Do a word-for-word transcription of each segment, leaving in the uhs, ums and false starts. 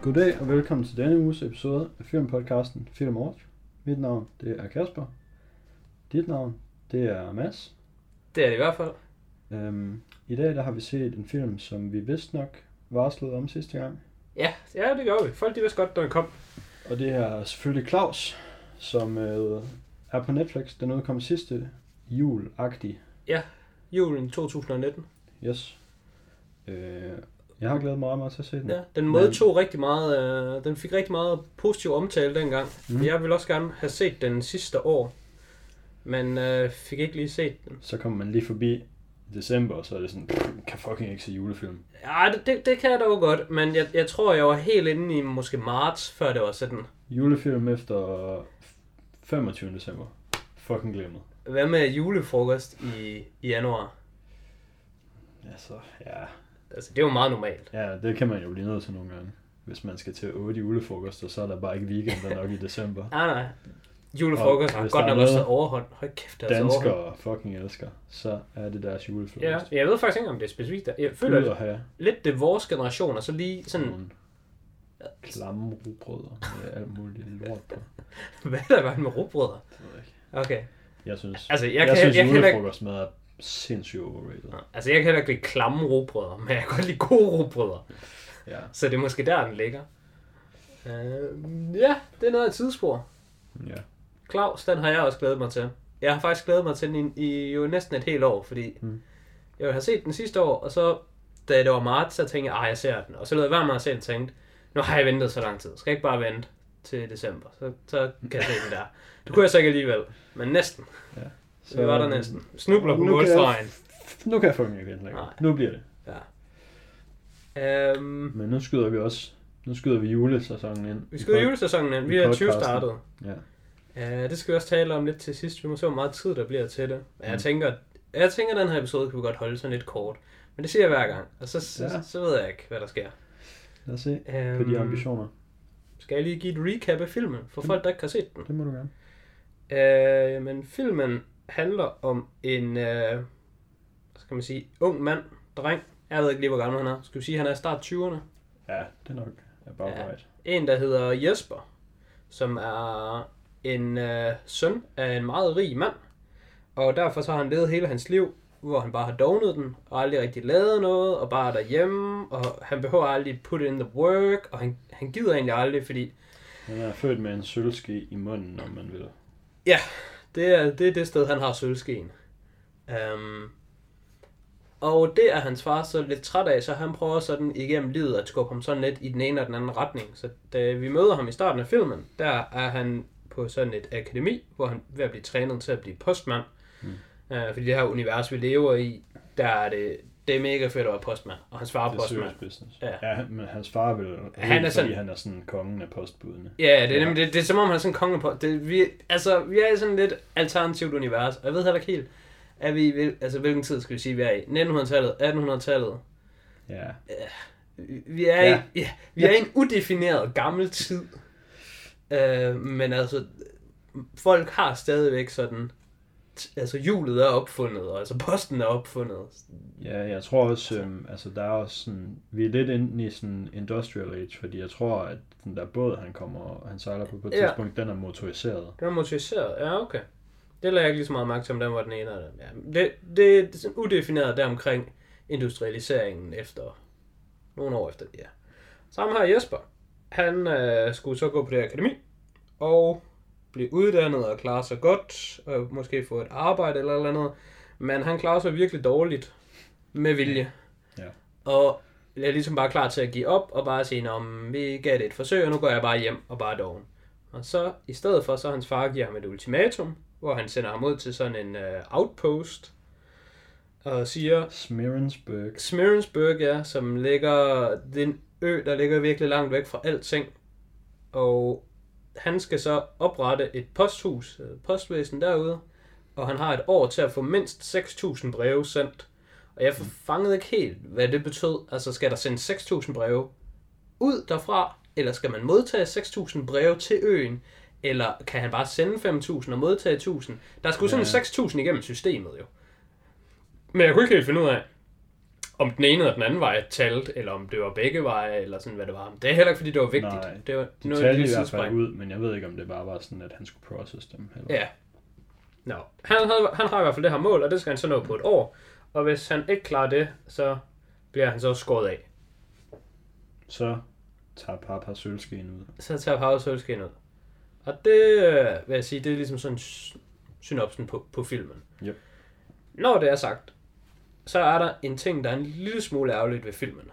Goddag og velkommen til denne uges episode af filmpodcasten Film Watch. Mit navn det er Kasper. Dit navn det er Mads. Det er det i hvert fald. Øhm, I dag der har vi set en film, som vi vist nok varslede om sidste gang. Ja, ja det gør vi. Folk de vidste godt, da den kom. Og det er selvfølgelig Klaus, som øh, er på Netflix. Den udkom sidste jul-agtig. Ja, julen to tusind nitten. Yes. Øh, jeg har glædet mig meget, meget til at se den. Ja, den modtog Men... rigtig meget, øh, den fik rigtig meget positiv omtale dengang. Mm. Jeg ville også gerne have set den sidste år, men øh, fik ikke lige set den. Så kom man lige forbi i december, og så er det sådan, pff, kan fucking ikke se julefilm. Ja, det, det, det kan jeg dog godt, men jeg, jeg tror, jeg var helt inde i måske marts, før det var sådan. Julefilm efter femogtyvende december. Fucking glemmet. Hvad med julefrokost i, i januar? Altså, ja. Altså, det er jo meget normalt. Ja, det kan man jo blive nødt til nogle gange. Hvis man skal til otte julefrokoster, så er der bare ikke weekender nok i december. Nej, nej. Julefrokost har godt nok også overhånd. Hold kæft, det er danskere overhånd. fucking elsker, så er det deres julefrokost. Ja, jeg ved faktisk ikke, om det er specifikt der. Jeg føler at have lidt, det er vores generation, og så lige sådan... nogle klamme rugbrødder med alt muligt lort på. Hvad er der godt med rugbrødder? Det ved jeg ikke. Okay. Jeg synes, altså, jeg, jeg, kan, synes jeg, jeg julefrokostmad er sindssygt overrated. Ja, altså, jeg kan heller ikke lide klamme rugbrødder, men jeg kan godt lide gode rugbrødder. Ja. Så det er måske der, den ligger. Uh, ja, det er noget af et tidsspor. Ja. Klaus, den har jeg også glædet mig til. Jeg har faktisk glædet mig til den i, i jo næsten et helt år, fordi hmm. jeg har set den sidste år, og så da det var marts, så tænkte jeg, at jeg ser den. Og så lød jeg være med at se den og tænkte, nu har jeg ventet så lang tid. Skal jeg ikke bare vente til december? Så, så kan jeg se den der. Det kunne jeg så ikke alligevel, men næsten. Ja. Så vi var der næsten. Snubler på målstregen. Nu kan jeg fucking ikke vente længere. Nu bliver det. Ja. Um, men nu skyder vi også, nu skyder vi julesæsonen ind. Vi skyder julesæsonen ind. Vi er tyve startet. Ja. Ja, det skal vi også tale om lidt til sidst. Vi må se, hvor meget tid der bliver til det. Men jeg tænker, jeg tænker, at den her episode kan vi godt holde sådan lidt kort. Men det siger jeg hver gang. Og så, ja. så, så ved jeg ikke, hvad der sker. Lad os se um, på de ambitioner. Skal jeg lige give et recap af filmen, for det, folk, der ikke har set den? Det må du gerne. Uh, men filmen handler om en, uh, hvad skal man sige, ung mand, dreng. Jeg ved ikke lige, hvor gammel han er. Skal vi sige, at han er i start tyverne? Ja, det er nok about ja. right. En, der hedder Jesper, som er en uh, søn af en meget rig mand. Og derfor så har han levet hele hans liv, hvor han bare har dognet den, og aldrig rigtig lavet noget, og bare er derhjemme, og han behøver aldrig put in the work, og han, han gider egentlig aldrig, fordi... Han er født med en sølvske i munden, om man vil. Ja, det er det, er det sted, han har sølvskeen. Um, og det er hans far så lidt træt af, så han prøver sådan igennem livet at skubbe ham sådan lidt i den ene og den anden retning. Så da vi møder ham i starten af filmen, der er han på sådan et akademi, hvor han er ved at blive trænet til at blive postmand. Mm. Uh, fordi det her univers, vi lever i, der er det, det er mega fedt at være postmand, og hans far er postmand. Det er business. Ja. ja, men hans far vil han er sådan, fordi han er sådan kongen af postbudene. Ja, det er, nemlig, det, det er som om han er sådan kongen af det, vi, altså, vi er i sådan lidt alternativt univers, og jeg ved heller ikke helt, er vi, altså hvilken tid skal vi sige, vi er i? nittenhundredetallet, attenhundredetallet? Ja. Vi er, ja. I, ja, vi er i en udefineret gammel tid, uh, men altså, folk har stadigvæk sådan... Altså hjulet er opfundet, og altså posten er opfundet. Ja, jeg tror også, øhm, altså der er også sådan, vi er lidt inde i sådan industrial age, fordi jeg tror, at den der båd, han kommer, han sejler på på et ja. tidspunkt, den er motoriseret. Den er motoriseret, ja okay. Det lader jeg ikke lige så meget mærke til, om den var den ene af dem. Ja, det, det, det er sådan udefineret der omkring industrialiseringen efter, nogle år efter det, ja. Sammen her Jesper, han øh, skulle så gå på det akademi, og... blive uddannet og klare sig godt, og måske få et arbejde eller eller andet, men han klarer sig virkelig dårligt med vilje. Ja. Og jeg er ligesom bare klar til at give op, og bare sige, om vi gav det et forsøg, og nu går jeg bare hjem og bare doven. Og så i stedet for, så hans far giver ham et ultimatum, hvor han sender ham ud til sådan en uh, outpost, og siger... Smirensburg. Smirensburg, ja, som ligger... den ø, der ligger virkelig langt væk fra alting. Og... han skal så oprette et posthus, postvæsen derude, og han har et år til at få mindst seks tusind breve sendt. Og jeg fangede ikke helt, hvad det betød. Altså, skal der sendes seks tusind breve ud derfra, eller skal man modtage seks tusind breve til øen, eller kan han bare sende fem tusind og modtage tusind? Der skulle sådan ja. seks tusind igennem systemet jo. Men jeg kunne ikke helt finde ud af. om den ene eller den anden vej talt, eller om det var begge veje, eller sådan, hvad det var. Det er heller ikke, fordi det var vigtigt. Nej, det var de talte i hvert fald ud, men jeg ved ikke, om det bare var sådan, at han skulle process dem. Eller? Ja. No. Han, havde, han har i hvert fald det her mål, og det skal han så nå på et år. Og hvis han ikke klarer det, så bliver han så skåret af. Så tager Papa sølvskeen ud. Så tager Papa sølvskeen ud. Og det, vil jeg sige, det er ligesom sådan synopsen på, på filmen. Yep. Når det er sagt, så er der en ting, der er en lille smule ærgerligt ved filmen.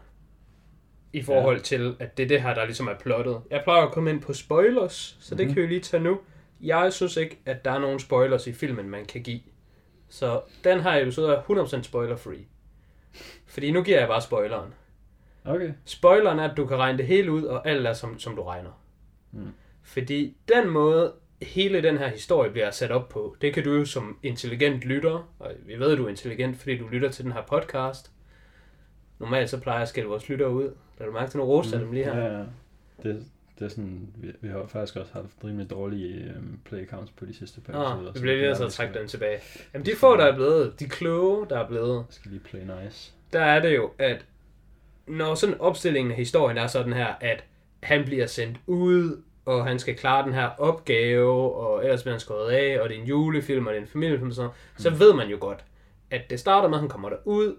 I forhold ja. til, at det er det her, der ligesom er plottet. Jeg plejer at komme ind på spoilers, så det mm-hmm. kan vi lige tage nu. Jeg synes ikke, at der er nogen spoilers i filmen, man kan give. Så den her episode er hundrede procent spoiler-free. Fordi nu giver jeg bare spoileren. Okay. Spoileren er, at du kan regne det hele ud, og alt er, som, som du regner. Mm. Fordi den måde, hele den her historie bliver sat op på, det kan du jo som intelligent lytter, og vi ved, at du er intelligent, fordi du lytter til den her podcast. Normalt så plejer jeg at skælde vores lyttere ud. Lad du mærke til nogle roser mm. dem lige her? Ja, ja. Det, det er sådan, vi, vi har faktisk også haft rimelig dårlige um, play counts på de sidste par episoder. Ah, vi bliver lige nødt til at trække dem tilbage. Jamen de få, der er blevet, de kloge, der er blevet. Jeg skal lige play nice. Der er det jo, at når sådan opstillingen af historien er sådan her, at han bliver sendt ud, og han skal klare den her opgave, og ellers bliver han skåret af, og det er en julefilm, og det er en familiefilm, og sådan noget, mm. så ved man jo godt, at det starter med, at han kommer derud,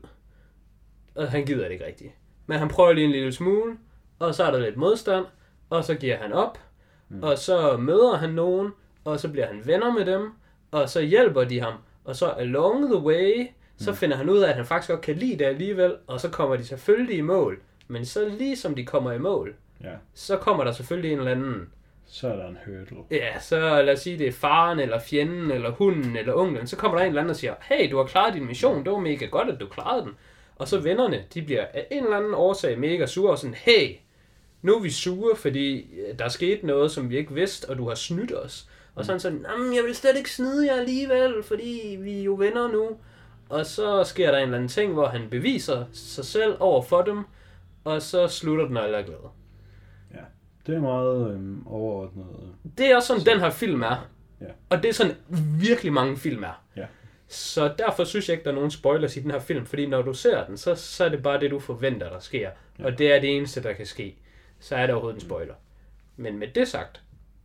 og han gider det ikke rigtigt. Men han prøver lige en lille smule, og så er der lidt modstand, og så giver han op, mm. og så møder han nogen, og så bliver han venner med dem, og så hjælper de ham, og så along the way, så mm. finder han ud af, at han faktisk godt kan lide det alligevel, og så kommer de selvfølgelig i mål. Men så lige som de kommer i mål, ja. så kommer der selvfølgelig en eller anden... Så er der en hurdle. Ja, så lad os sige, det er faren, eller fjenden, eller hunden, eller onklen. Så kommer der en eller anden og siger, hey, du har klaret din mission, det var mega godt, at du klarede den. Og så vennerne, de bliver af en eller anden årsag mega sure, og sådan, hey, nu er vi sure, fordi der er sket noget, som vi ikke vidste, og du har snydt os. Og så er han sådan, jeg vil slet ikke snyde jer alligevel, fordi vi er jo venner nu. Og så sker der en eller anden ting, hvor han beviser sig selv over for dem, og så slutter den, og alle er glade. Ja, det er meget øhm, overordnet. Det er også sådan, så... den her film er. Ja. Og det er sådan, virkelig mange film er. Ja. Så derfor synes jeg ikke, der er nogen spoilers i den her film, fordi når du ser den, så, så er det bare det, du forventer, der sker. Ja. Og det er det eneste, der kan ske. Så er der overhovedet en spoiler. Men med det sagt...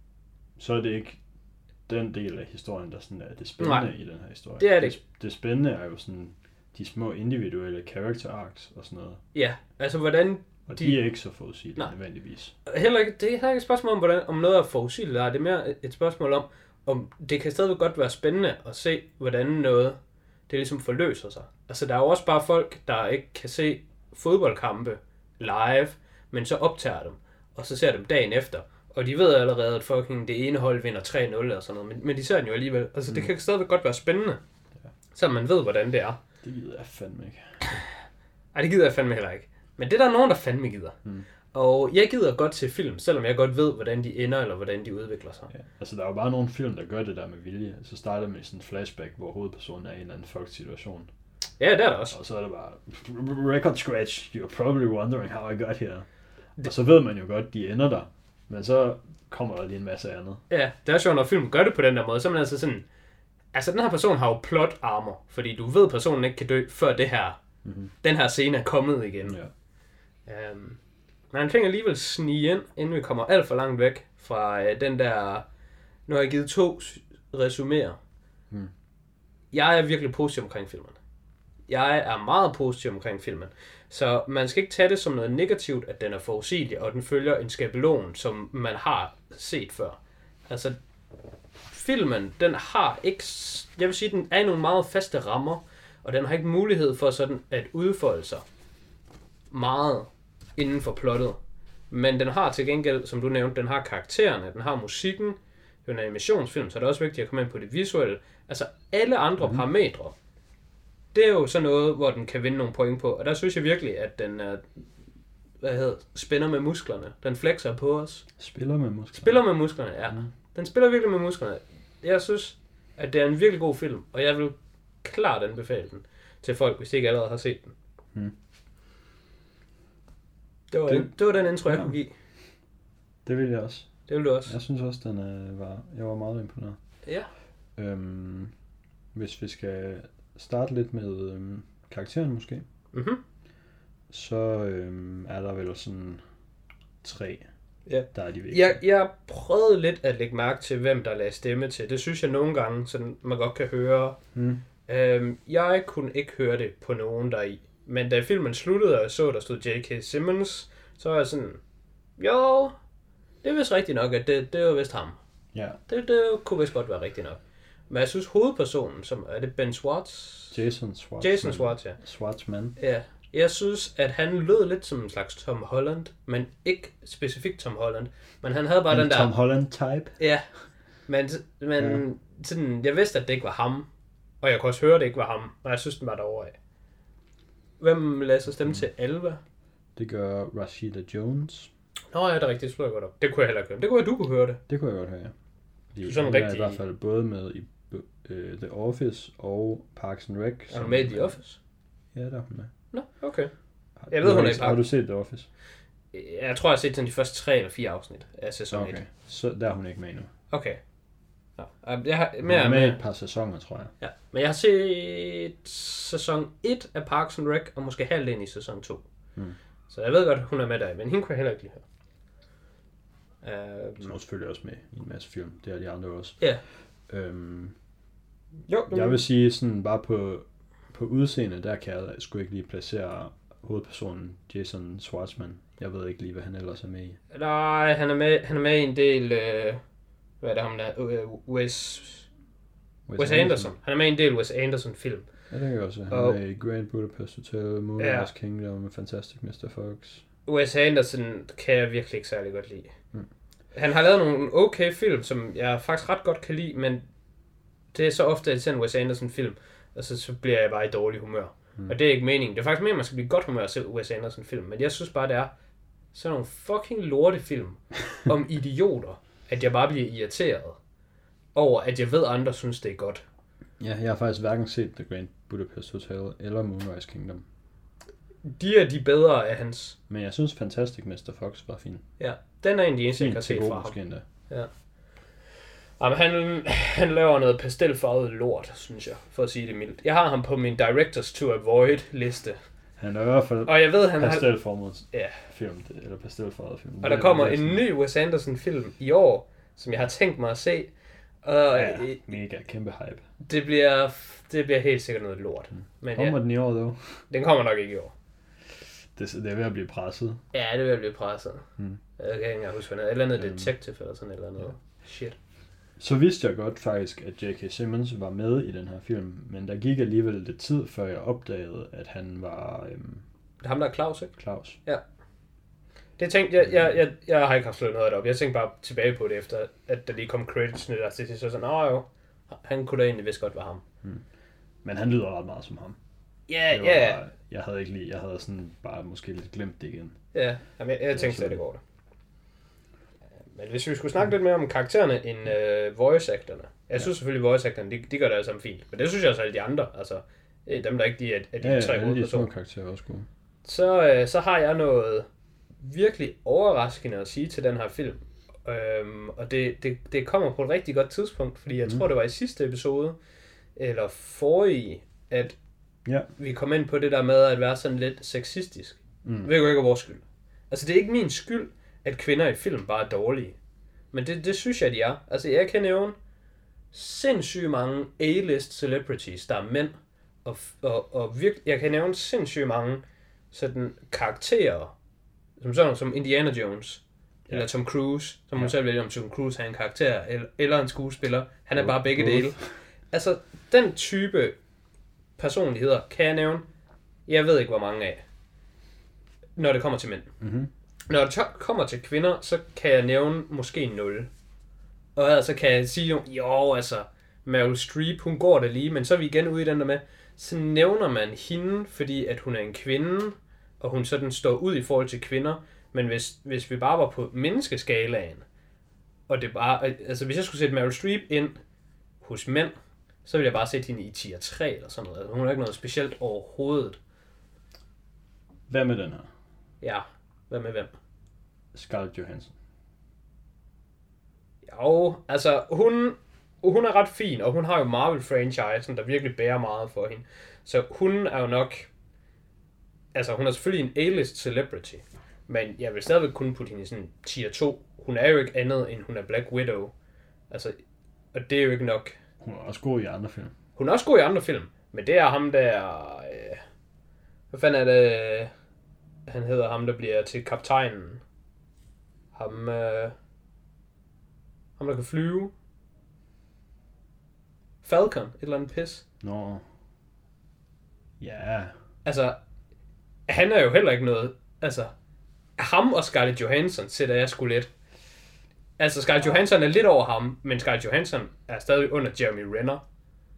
Så er det ikke den del af historien, der sådan er det spændende Nej, i den her historie. Det er det. Det, det spændende er jo sådan de små individuelle character arcs og sådan noget. Ja, altså hvordan... Og de, de er ikke så forudsigelige nødvendigvis. Heller ikke, det er heller ikke et spørgsmål om, hvordan, om noget er forudsigeligt. Det er mere et spørgsmål om, om det kan stadigvæk godt være spændende at se, hvordan noget det ligesom forløser sig. Altså der er jo også bare folk, der ikke kan se fodboldkampe live, men så optager dem, og så ser dem dagen efter. Og de ved allerede, at fucking det ene hold vinder tre nul eller sådan noget, men, men de ser den jo alligevel. Altså det mm. kan stadigvæk godt være spændende, ja. Så man ved, hvordan det er. Det gider jeg fandme ikke. Ej, det gider jeg fandme heller ikke. Men det der er nogen, der fandme gider. Mm. Og jeg gider godt til film, selvom jeg godt ved, hvordan de ender, eller hvordan de udvikler sig. Ja. Altså, der er jo bare nogle film, der gør det der med vilje. Så starter med sådan en flashback, hvor hovedpersonen er i en eller anden fucked situation. Ja, det er der også. Og så er det bare, record scratch, you're probably wondering how I got here. Det... Og så ved man jo godt, de ender der. Men så kommer der lige en masse andet. Ja, det er sjovt, når film gør det på den der måde, så er man altså sådan... Altså, den her person har jo plot armor, fordi du ved, at personen ikke kan dø, før det her... Mm-hmm. Den her scene er kommet igen. Ja. Um, men han kan alligevel snige ind, inden vi kommer alt for langt væk fra uh, den der... Nu har jeg givet to resuméer. Mm. Jeg er virkelig positiv omkring filmen. Jeg er meget positiv omkring filmen. Så man skal ikke tage det som noget negativt, at den er forudsigelig, og den følger en skabelon, som man har set før. Altså, filmen, den har ikke... Jeg vil sige, den er i nogle meget faste rammer, og den har ikke mulighed for sådan at udfolde sig meget inden for plottet. Men den har til gengæld, som du nævnte, den har karaktererne, den har musikken, det er en animationsfilm, så er det også vigtigt at komme ind på det visuelle. Altså alle andre mm-hmm. parametre, det er jo sådan noget, hvor den kan vinde nogle point på. Og der synes jeg virkelig, at den er, hvad hedder, spænder med musklerne. Den flexer på os. Spiller med musklerne. Spiller med musklerne, ja. Mm. Den spiller virkelig med musklerne. Jeg synes, at det er en virkelig god film, og jeg vil klart anbefale den til folk, hvis de ikke allerede har set den. Mm. Det, var det, en, det var den intro, jeg ja. kunne give. Det vil jeg også. Det vil du også. Jeg synes også, den øh, var, jeg var meget imponeret. Ja. Øhm, hvis vi skal starte lidt med øhm, karakteren måske. Mm-hmm. så øhm, er der vel sådan tre, ja. der er de vigtige. Jeg, jeg prøvede lidt at lægge mærke til, hvem der lagde stemme til. Det synes jeg nogle gange, sådan man godt kan høre. Hmm. Øhm, jeg kunne ikke høre det på nogen der i. Men da filmen sluttede, og jeg så, der stod J K. Simmons, så var jeg sådan, jo, det er vist rigtigt nok, at det, det var vist ham. Ja. Det, det kunne vist godt være rigtigt nok. Men jeg synes hovedpersonen, som er det Ben Schwartz? Jason Schwartzman. Jason Schwartz, ja. Schwartzman. Ja. Jeg synes, at han lød lidt som en slags Tom Holland, men ikke specifikt Tom Holland. Men han havde bare en den der... Tom Holland-type. Ja. Men, men ja. Sådan, jeg vidste, at det ikke var ham. Og jeg kunne også høre, at det ikke var ham. Og jeg synes, den var derovre af. Hvem læser stemme mm. til Alva? Det gør Rashida Jones. Nå ja, det er rigtigt. Det, godt op. Det kunne jeg heller ikke høre. Det kunne være, du kunne høre det. Det kunne jeg godt høre, ja. De du sådan er rigtig... i hvert fald både med i uh, The Office og Parks and Rec. Er hun med i The Office? Ja, der er hun med. Nå, okay. Har, jeg ved, hun er i Park. Har du set The Office? Jeg tror, jeg har set sådan de første tre eller fire afsnit af sæson okay. et. Så der er hun ikke med endnu. Okay. Ja. Jeg har, hun er med i et par sæsoner, tror jeg. Ja. Men jeg har set sæson et af Parks and Rec, og måske halvdelen i sæson to. Hmm. Så jeg ved godt, hun er med der, men hende kunne jeg heller ikke lide her. Uh, hun er selvfølgelig også med i en masse film. Det er de andre også. Ja. Øhm, jo, jeg vil sige sådan bare på, på udseende, der kan jeg sgu ikke lige placere hovedpersonen Jason Schwartzman. Jeg ved ikke lige, hvad han ellers er med i. Nej, han er med, han er med i en del... Øh, hvad er det ham der? Uh, Wes, Wes, Wes Anderson. Anderson. Han er med i en del Wes Anderson-film. Ja, det kan jeg også. Han er med i Grand Budapest Hotel, Moonrise ja. Kingdom, Fantastic mister Fox. Wes Anderson kan jeg virkelig ikke særlig godt lide. Hmm. Han har lavet nogle okay film, som jeg faktisk ret godt kan lide, men det er så ofte, at jeg ser en Wes Anderson-film, og så, så bliver jeg bare i dårlig humør. Hmm. Og det er ikke meningen. Det er faktisk mere, at man skal blive godt humør at se Wes Anderson-film, men jeg synes bare, det er sådan nogle fucking lortefilm om idioter, at jeg bare bliver irriteret over, at jeg ved, at andre synes, det er godt. Ja, jeg har faktisk hverken set The Grand Budapest Hotel eller Moonrise Kingdom. De er de bedre af hans. Men jeg synes Fantastic mister Fox var fin. Ja, den er en af de eneste, jeg kan se fra ham. Endda. Ja. Jamen, han, han laver noget pastelfarvet lort, synes jeg, for at sige det mildt. Jeg har ham på min Directors to Avoid liste. Han er i hvert fald og jeg ved, han pastelformet ja. film, eller pastelfarvet film. Og der kommer en ny Wes Anderson film i år, som jeg har tænkt mig at se. Og ja, mega kæmpe hype. Det bliver, det bliver helt sikkert noget lort. Mm. Men kommer ja, den i år, dog? Den kommer nok ikke i år. Det, det er ved at blive presset. Ja, det er ved at blive presset. Mm. Jeg kan ikke engang huske, hvad et eller andet um, detective eller sådan et eller andet. Ja. Shit. Så vidste jeg godt faktisk, at J K. Simmons var med i den her film, men der gik alligevel lidt tid, før jeg opdagede, at han var... Øhm, det er ham, der er Claus, ikke? Claus. Ja. Det tænkte jeg, jeg, jeg, jeg har ikke haft slået noget af det op. Jeg tænkte bare tilbage på det, efter at der lige kom credits nyt, og så så sådan, åh jo, han kunne da egentlig vist godt være ham. Hmm. Men han lyder ret meget som ham. Ja, yeah, ja. Yeah. Jeg havde ikke lige, jeg havde sådan bare måske lidt glemt det igen. Ja, jamen, jeg, jeg tænkte slet ikke over det. Men hvis vi skulle snakke lidt mere om karaktererne end uh, voice actorne. Jeg ja. synes selvfølgelig, voice actorne, de, de gør det alle sammen fint. Men det synes jeg også alle de andre. Altså, dem der ikke de er, er de ja, tre ja, hovedpersoner. de karakterer også gode. Så, uh, så har jeg noget virkelig overraskende at sige til den her film. Øhm, og det, det, det kommer på et rigtig godt tidspunkt, fordi jeg mm. tror, det var i sidste episode, eller forrige, at ja. vi kom ind på det der med at være sådan lidt sexistisk. Mm. Det er jo ikke vores skyld. Altså, det er ikke min skyld, at kvinder i film bare er dårlige. Men det, det synes jeg, de er. Altså, jeg kan nævne sindssygt mange A-list celebrities, der er mænd, og, og, og virkelig, jeg kan nævne sindssygt mange sådan karakterer, som sådan som Indiana Jones, ja. eller Tom Cruise, som ja. hun selv vælger, om Tom Cruise er en karakter, eller, eller en skuespiller. Han er bare begge dele. Altså, den type personligheder kan jeg nævne, jeg ved ikke, hvor mange af, når det kommer til mænd. Mm-hmm. Når det kommer til kvinder, så kan jeg nævne måske nul. Og altså kan jeg sige, jo, altså, Meryl Streep, hun går der lige, men så er vi igen ude i den der med, så nævner man hende, fordi at hun er en kvinde, og hun sådan står ud i forhold til kvinder. Men hvis, hvis vi bare var på menneskeskalaen, og det bare, altså hvis jeg skulle sætte Meryl Streep ind hos mænd, så ville jeg bare sætte hende i tier tre eller sådan noget. Hun er ikke noget specielt overhovedet. Hvad med den her? Ja, hvad med hvem? Scarlett Johansson. Jo, altså hun, hun er ret fin, og hun har jo Marvel-franchisen, der virkelig bærer meget for hende. Så hun er jo nok altså hun er selvfølgelig en A-list celebrity, men jeg vil stadigvæk kunne putte hende i sådan tier to. Hun er jo ikke andet, end hun er Black Widow. Altså, og det er jo ikke nok. Hun er også god i andre film. Hun er også god i andre film, men det er ham der... Øh, hvad fanden er det... Han hedder ham, der bliver til kaptajnen. Ham... Øh, ham, der kan flyve. Falcon, et eller andet pis. Nå. Ja. Altså, han er jo heller ikke noget... Altså, ham og Scarlett Johansson sætter jeg sgu lidt. Altså, Scarlett Johansson er lidt over ham, men Scarlett Johansson er stadig under Jeremy Renner.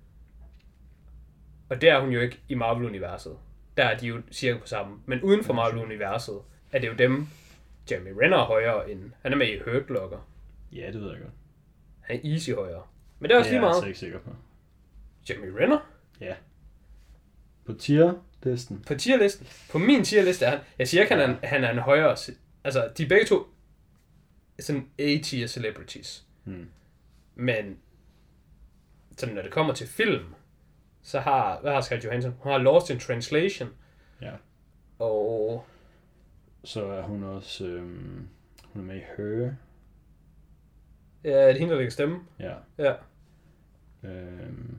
Og der er hun jo ikke i Marvel-universet. Der er de jo cirka på samme. Men uden for Marvel-universet er det jo dem, Jeremy Renner er højere end... Han er med i Hurt Locker. Ja, det ved jeg godt. Han er easy højere. Men det er også lige meget. Det er jeg altså ikke sikker på. Jeremy Renner? Ja. På tier-listen. På tierlisten. På min tierliste er han... Jeg siger ikke, han er, han er en højere... Altså, de er begge to sådan A-tier celebrities. Hmm. Men sådan, når det kommer til film, så har... Hvad har Scarlett Johansson? Hun har Lost in Translation. Ja. Og... Så er hun også... Øhm, hun er med i Her. Ja, det er hende, der lægger stemme. Ja. Ja. Øhm.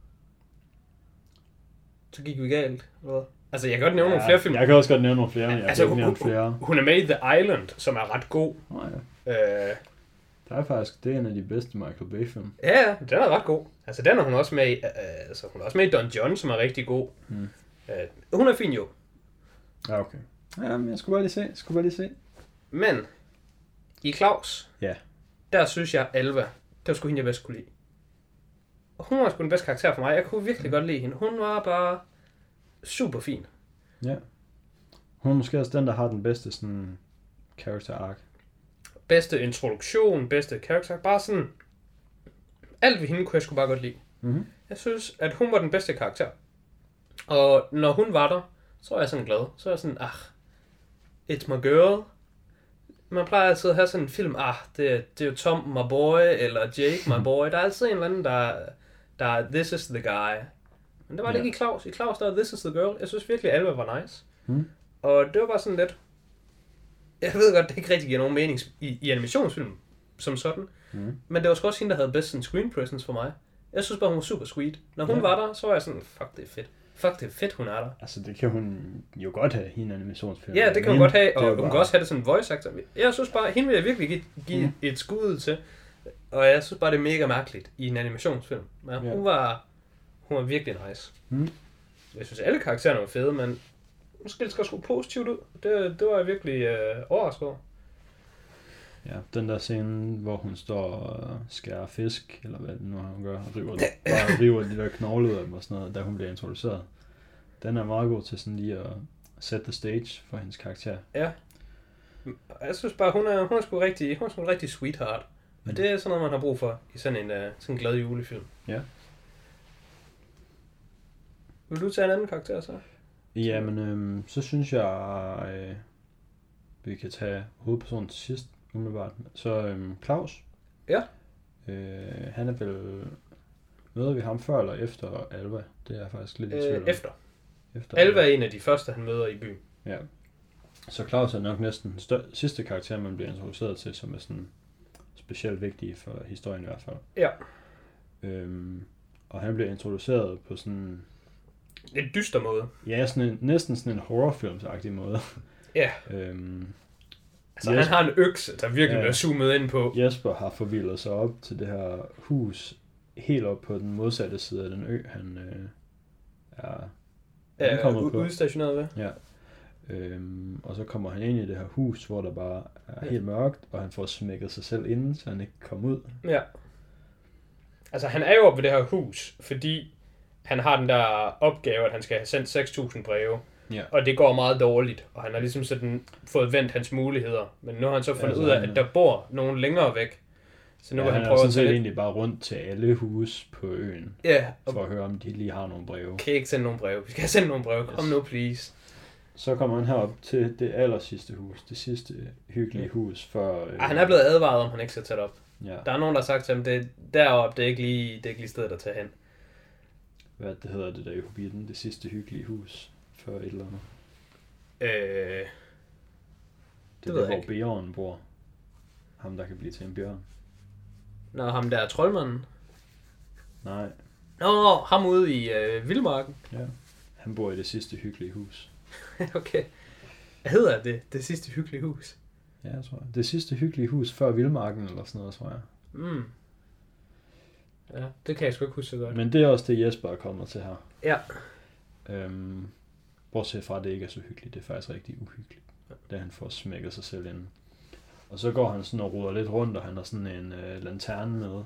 Så gik vi galt. Hvad? Altså, jeg kan godt nævne Ja, nogle flere film. Jeg kan også godt nævne nogle flere, men jeg altså, kan ikke hun, nævne flere. hun er med i The Island, som er ret god. Oh, ja. Øh, Der er faktisk, det er en af de bedste Michael Bay film. ja, den er ret god. Altså, den er hun også med i. Øh, altså, hun er også med i Don John, som er rigtig god. Hmm. Øh, hun er fin jo. Ja, okay. Ja, men jeg skulle bare lige se. Jeg skulle bare lige se. Men, i Claus, Ja. der synes jeg, Alva, der skulle hende, jeg bedst kunne lide. Og hun var sgu den bedste karakter for mig. Jeg kunne virkelig godt lide hende. Hun var bare super fin. Ja. Hun er måske også den, der har den bedste sådan character arc. Bedste introduktion, bedste karakter, bare sådan... Alt ved hende kunne jeg sgu bare godt lide. Mm-hmm. Jeg synes, at hun var den bedste karakter. Og når hun var der, så var jeg sådan glad. Så var jeg sådan, ah, it's my girl. Man plejer altid at have sådan en film, ah, det, det er jo Tom, my boy, eller Jake, my boy. Der er altid en eller anden, der, der er, this is the guy. Men det var det Ja. ikke i Claus. I Claus, der er this is the girl. Jeg synes virkelig, Alva var nice. Mm. Og det var bare sådan lidt... Jeg ved godt, det ikke rigtig giver nogen mening i, i animationsfilm som sådan. Mm. Men det var sgu også hende, der havde bedst sådan screen presence for mig. Jeg synes bare, hun var super sweet. Når hun Ja. var der, så var jeg sådan, fuck, det er fedt. Fuck, det er fedt, hun er der. Altså, det kan hun jo godt have, hende animationsfilm. Ja, det kan hun Men godt have, og det er hun bare- kan også have det sådan voice actor. Jeg synes bare, hende vil jeg virkelig give, give Mm. et skud til. Og jeg synes bare, det er mega mærkeligt i en animationsfilm. Men Ja. hun var, hun var virkelig nice. Mm. Jeg synes, alle karaktererne var fede, men måske det skal sgu positivt ud. Det, det var jeg virkelig øh, overrasket over. Ja, den der scene, hvor hun står og skærer fisk, eller hvad det nu er, hun gør, og river, bare river de der knogle ud af dem og sådan noget, da hun bliver introduceret. Den er meget god til sådan lige at set the stage for hendes karakter. Ja. Jeg synes bare, hun er, hun er sgu rigtig, hun er sgu en rigtig sweetheart. Og Mm. det er sådan noget, man har brug for i sådan en uh, sådan en glad julefilm. Ja. Vil du tage en anden karakter så? Jamen, øhm, så synes jeg, øh, vi kan tage hovedpersonen til sidst, umiddelbart. Så øhm, Claus. Ja. Øh, han er vel... Møder vi ham før eller efter Alva? Det er jeg faktisk lidt i tvivl om. Øh, efter. Efter Alva er en af de første, han møder i byen. Ja. Så Claus er nok næsten den stør- sidste karakter, man bliver introduceret til, som er sådan specielt vigtig for historien i hvert fald. Ja. Øhm, og han bliver introduceret på sådan... En dyster måde. Ja, sådan en, næsten sådan en horrorfilmsagtig måde. Ja. øhm, Altså, Jesper, han har en økse, der virkelig Ja. bliver zoomet ind på. Jesper har forvildet sig op til det her hus, helt op på den modsatte side af den ø, han øh, er Ja, ankommet på. udstationeret ved. Ja. Øhm, og så kommer han ind i det her hus, hvor der bare er helt mørkt, og han får smækket sig selv inden, så han ikke kommer ud. Ja. Altså, han er jo oppe ved det her hus, fordi han har den der opgave, at han skal have sendt seks tusind breve. Ja. Og det går meget dårligt, og han har ligesom sådan fået vendt hans muligheder. Men nu har han så fundet Altså, ud af, han- at der bor nogen længere væk. Så nu Ja, vil han han er prøve sådan at set tage lidt... egentlig bare rundt til alle hus på øen, Ja, og for at høre, om de lige har nogle breve. kan I ikke sende nogen breve? Vi skal have sendt nogle breve. Kom Yes. nu, please. Så kommer han herop til det aller sidste hus, det sidste hyggelige hus, før... Øh, Ej, han er blevet advaret, om han ikke skal tage det op. Ja, Der er nogen, der har sagt til ham, det deroppe, det er ikke lige, det er ikke lige stedet at tage hen. hvad det hedder det der i Hobbiten, det sidste hyggelige hus, før et eller andet. Øh, det, det er ved der, jeg hvor bjørnen bor. Ham, der kan blive til en bjørn. Nå, ham der er troldmanden. Nej. Nå, ham ude i øh, Vildmarken. Ja. Han bor i det sidste hyggelige hus. Okay. Hvad hedder det? Det sidste hyggelige hus? Ja, jeg tror jeg. Det sidste hyggelige hus før Vildmarken eller sådan noget, tror jeg. Mm. Ja, det kan jeg sgu ikke huske så godt. Men det er også det, Jesper er kommet til her. Ja. Øhm, bortset fra, at det ikke er så hyggeligt. Det er faktisk rigtig uhyggeligt. Da han får smækket sig selv ind. Og så går han sådan og ruder lidt rundt, og han har sådan en øh, lanterne med.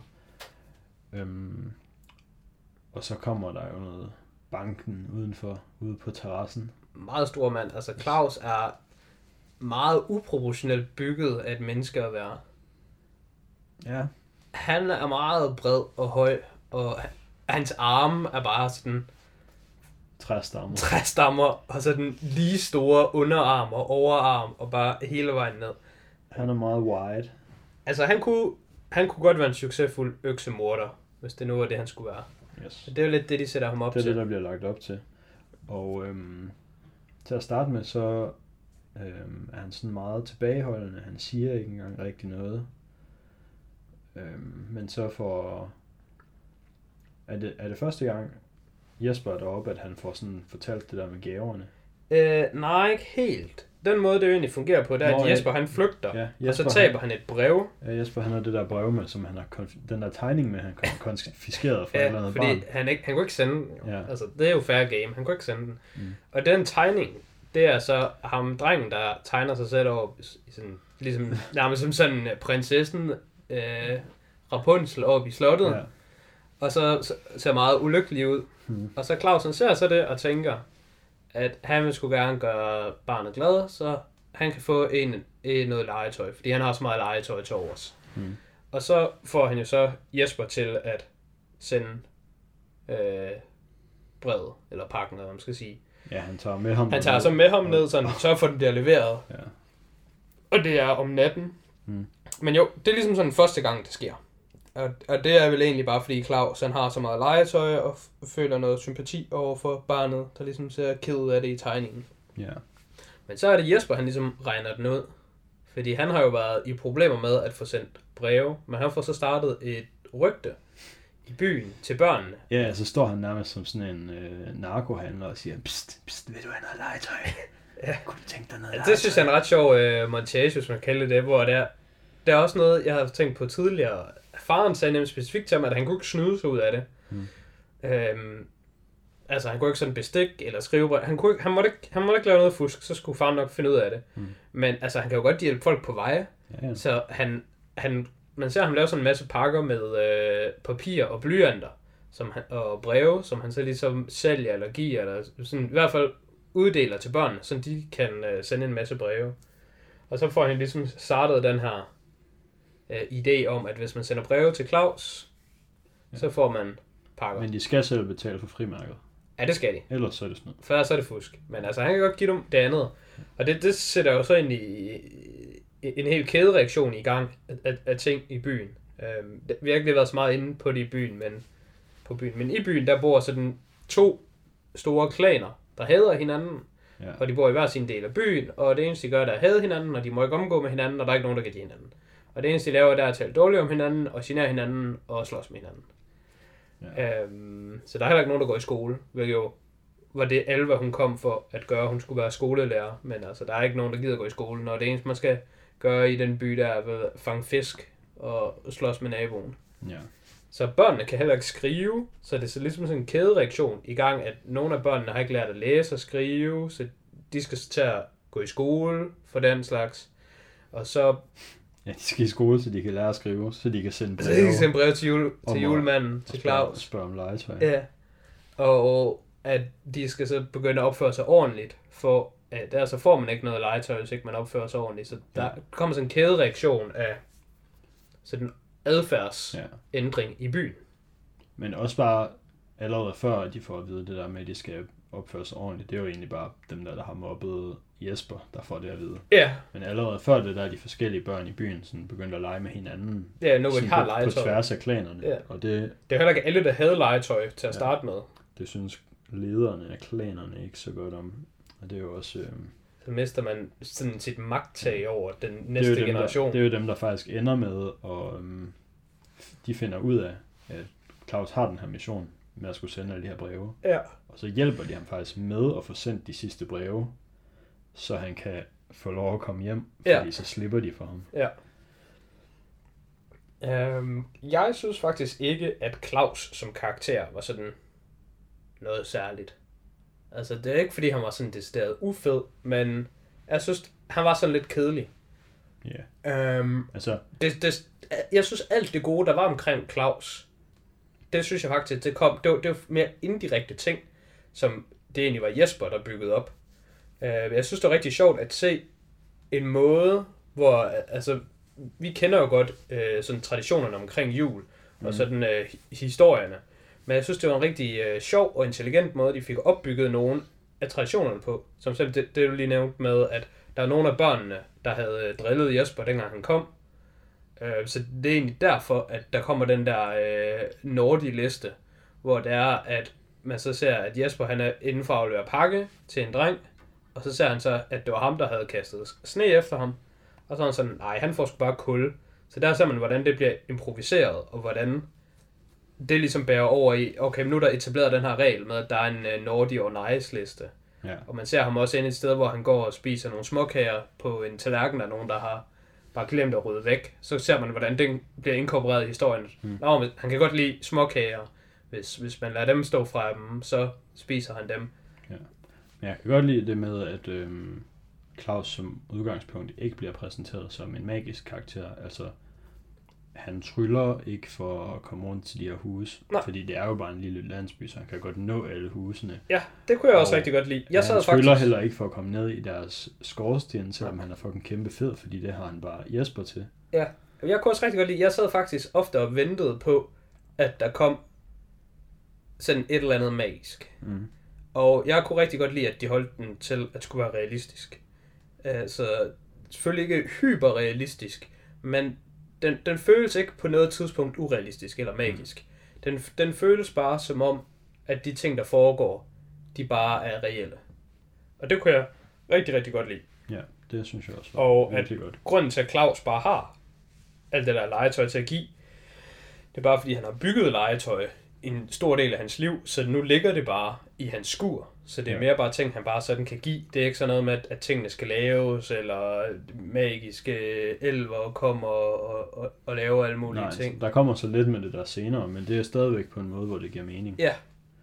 Øhm, og så kommer der jo noget banken udenfor, ude på terrassen. Meget stor mand. Altså Claus er meget uproportionelt bygget af et menneske at være. Ja. Han er meget bred og høj, og hans arme er bare sådan Træstammer. træstammer, og så den lige store underarm og overarm, og bare hele vejen ned. Han er meget wide. Altså han kunne, han kunne godt være en succesfuld øksemorder, hvis det nu var det, han skulle være. Yes. Det er jo lidt det, de sætter ham op Det er til. det, der bliver lagt op til. Og øhm, til at starte med, så øhm, er han sådan meget tilbageholdende. Han siger ikke engang rigtig noget. Øhm, men så får... Er det, er det første gang, Jesper er deroppe, at han får sådan fortalt det der med gaverne? Øh, nej, ikke helt. Den måde, det jo egentlig fungerer på, det er, Nå, at Jesper han flygter, Ja, og så Jesper, taber han et brev. han, ja, Jesper han har det der brev med, som han har konf- den der tegning med, han har konfiskeret fra et eller Ja, andet fordi barn. han, ikke, han kunne ikke sende den. Ja. Altså, det er jo fair game. Han kunne ikke sende den. Mm. Og den tegning, det er så ham, drengen, der tegner sig selv over, i sådan, ligesom, nærmest som sådan uh, prinsessen øh, Rapunzel op i slottet. Ja. Og så, så ser meget ulykkelig ud. Mm. Og så Clausen ser så det og tænker, at han vil sgu gerne gøre barnet glad, så han kan få en, en noget legetøj, fordi han har så meget legetøj til overs. Mm. Og så får han jo så Jesper til at sende øh, brevet, eller pakken, eller hvad man skal sige. Ja, han tager med ham. Han tager så med ham ned, så han sørger for, at den bliver leveret. Ja. Og det er om natten. Mm. Men jo, det er ligesom sådan første gang, det sker. Og, og det er vel egentlig bare, fordi Claus han har så meget legetøj, og f- føler noget sympati over for barnet, der ligesom ser ked ud af det i tegningen. Ja. Men så er det Jesper, han ligesom regner den ud. Fordi han har jo været i problemer med at få sendt breve, men han får så startet et rygte i byen til børnene. Ja, så står han nærmest som sådan en øh, narkohandler og siger, pst, pst, vil du have noget legetøj? Ja. Kunne du tænke dig noget Ja, legetøj? det synes jeg er en ret sjov øh, montage, hvis man kalder det, hvor der, der er også noget, jeg har tænkt på tidligere. Faren sagde nemlig specifikt til ham, at han kunne ikke snyde sig ud af det. Mm. Øhm, altså, han kunne ikke sådan bestik eller skrive. Han, kunne ikke, han, måtte ikke, han måtte ikke lave noget fusk, så skulle faren nok finde ud af det. Mm. Men altså, han kan jo godt hjælpe folk på veje. Ja, ja. Så han, han, man ser ham lave sådan en masse pakker med øh, papir og blyanter som han, og breve, som han så ligesom sælger eller giver, eller sådan, i hvert fald uddeler til børnene, så de kan øh, sende en masse breve. Og så får han ligesom startet den her øh, idé om, at hvis man sender breve til Claus, ja. så får man pakker. Men de skal selv betale for frimærket. Ja, det skal de. Ellers så er det sådan noget. Før så er det fusk. Men altså, han kan godt give dem det andet. Og det, det sætter jo så ind i en hel kædereaktion i gang af, af, af ting i byen. Øhm, vi har ikke lige været så meget inde på det i byen, men på byen. Men i byen, der bor sådan to store klaner, der hader hinanden. Ja. Og de bor i hver sin del af byen, og det eneste, de gør, der er at hade hinanden, og de må ikke omgå med hinanden, og der er ikke nogen, der kan lide hinanden. Og det eneste, de laver, der er at tale dårligt om hinanden, og genere hinanden, og slås med hinanden. Ja. Øhm, så der er heller ikke nogen, der går i skole, hvilket jo var det Alva, hun kom for at gøre. Hun skulle være skolelærer, men altså, der er ikke nogen, der gider gå i skole, og det eneste, man skal gøre i den by, der er at fange fisk og slås med naboen. Ja. Så børnene kan heller ikke skrive, så det er så ligesom sådan en kædereaktion i gang, at nogle af børnene har ikke lært at læse og skrive, så de skal så til at gå i skole for den slags. Og så... Ja, de skal i skole, så de kan lære at skrive, så de kan sende breve. Så de kan sende brev til, jule, til julemanden, til Claus. Spørge om legetøj. Ja. Og at de skal så begynde at opføre sig ordentligt, for at der så får man ikke noget legetøj, hvis ikke man opfører sig ordentligt. Så der ja. kommer sådan en kædereaktion af sådan adfærdsændring ja. i byen. Men også bare allerede før, at de får at vide det der med, at de skal opføre sig ordentligt, det er jo egentlig bare dem der, der har mobbet Jesper, der får det at vide. Ja. Men allerede før det der, er de forskellige børn i byen sådan begyndt at lege med hinanden. Ja, nu hvor de har på, legetøj. På tværs af klanerne. Ja. Og det, det er heller ikke alle, der havde legetøj til at starte ja. med. Det synes lederne af klanerne ikke så godt om. Og det er jo også... Øh, så mister man sådan sit magttag over den det næste dem, generation. Der, det er jo dem, der faktisk ender med, og øhm, de finder ud af, at Claus har den her mission med at skulle sende alle de her breve. Ja. Og så hjælper de ham faktisk med at få sendt de sidste breve, så han kan få lov at komme hjem, fordi ja. så slipper de for ham. Ja. Øhm, jeg synes faktisk ikke, at Claus som karakter var sådan noget særligt. Altså, det er ikke, fordi han var sådan decideret ufed, men jeg synes, han var sådan lidt kedelig. Ja. Yeah. Øhm, altså... det, det, jeg synes, alt det gode, der var omkring Claus, det synes jeg faktisk, det kom, det var, det var mere indirekte ting, som det egentlig var Jesper, der byggede op. Øh, jeg synes, det var rigtig sjovt at se en måde, hvor, altså, vi kender jo godt øh, sådan traditionerne omkring jul, mm. og sådan øh, historierne. Men jeg synes, det var en rigtig øh, sjov og intelligent måde, de fik opbygget nogle af traditionerne på. Som selv det, det du lige nævnte med, at der er nogle af børnene, der havde øh, drillet Jesper, dengang han kom. Øh, så det er egentlig derfor, at der kommer den der øh, Nordi-liste, hvor det er, at man så ser, at Jesper han er inden for at aflevere pakke til en dreng, og så ser han så, at det var ham, der havde kastet sne efter ham. Og så er han sådan, nej, han får sgu bare kul. Så der ser man, hvordan det bliver improviseret, og hvordan det ligesom bærer over i, okay, men nu er der etableret den her regel med, at der er en uh, Nordi og Nice liste. Ja. Og man ser ham også inde et sted, hvor han går og spiser nogle småkager på en tallerken, der er nogen, der har bare glemt at rydde væk. Så ser man, hvordan den bliver inkorporeret i historien. Mm. Nå, han kan godt lide småkager. Hvis, hvis man lader dem stå fra dem, så spiser han dem. Ja. Men jeg kan godt lide det med, at øhm, Claus som udgangspunkt ikke bliver præsenteret som en magisk karakter. Altså, han tryller ikke for at komme rundt til de her huse. Nej. Fordi det er jo bare en lille landsby, så han kan godt nå alle husene. Ja, det kunne jeg også og rigtig godt lide. Jeg han tryller faktisk heller ikke for at komme ned i deres skorsten, selvom ja. han er fucking kæmpe fed, fordi det har han bare Jesper til. Ja, jeg kunne også rigtig godt lide. Jeg sad faktisk ofte og ventede på, at der kom sådan et eller andet magisk. Mm. Og jeg kunne rigtig godt lide, at de holdt den til at skulle være realistisk. Altså, selvfølgelig ikke hyperrealistisk, men den, den føles ikke på noget tidspunkt urealistisk eller magisk. Mm. Den, den føles bare som om, at de ting, der foregår, de bare er reelle. Og det kunne jeg rigtig, rigtig godt lide. Ja, det synes jeg også. Og at godt. Grunden til, at Claus bare har alt det der legetøj til at give, det er bare, fordi han har bygget legetøj en stor del af hans liv, så nu ligger det bare i hans skur. Så det er ja. mere bare ting, han bare sådan kan give. Det er ikke sådan noget med, at tingene skal laves, eller magiske elver kommer og, og, og laver alle mulige Nej, ting. Der kommer så lidt med det der senere, men det er stadigvæk på en måde, hvor det giver mening. Ja.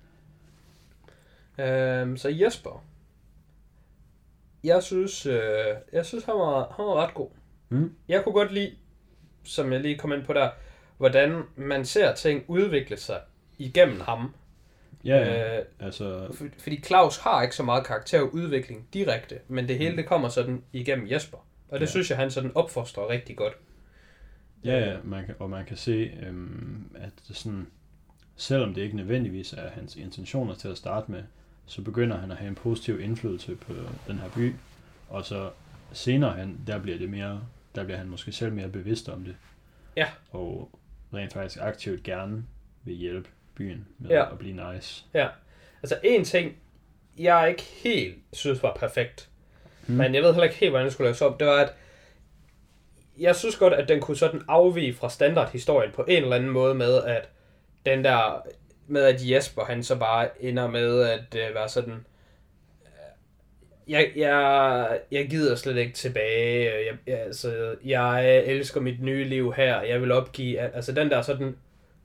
Øhm, så Jesper. Jeg synes, øh, jeg synes han, var, han var ret god. Mm. Jeg kunne godt lide, som jeg lige kom ind på der, hvordan man ser ting udvikle sig igennem ham. Ja, ja. Øh, altså... For, fordi Claus har ikke så meget karakterudvikling direkte, men det hele mm. det kommer sådan igennem Jesper. Og det ja. synes jeg, han sådan opfostrer rigtig godt. Ja, ja man kan, og man kan se, øhm, at det sådan, selvom det ikke nødvendigvis er hans intentioner til at starte med, så begynder han at have en positiv indflydelse på den her by. Og så senere hen, der bliver det mere, der bliver han måske selv mere bevidst om det. Ja. Og rent faktisk aktivt gerne vil hjælpe byen med ja. at blive nice. Ja, altså en ting, jeg ikke helt synes var perfekt, hmm. men jeg ved heller ikke helt, hvordan det skulle laves op, det var, at jeg synes godt, at den kunne sådan afvige fra standardhistorien på en eller anden måde med, at den der, med at Jesper, han så bare ender med at øh, være sådan, jeg, jeg, jeg gider slet ikke tilbage, jeg, jeg, altså, jeg elsker mit nye liv her, jeg vil opgive, altså den der sådan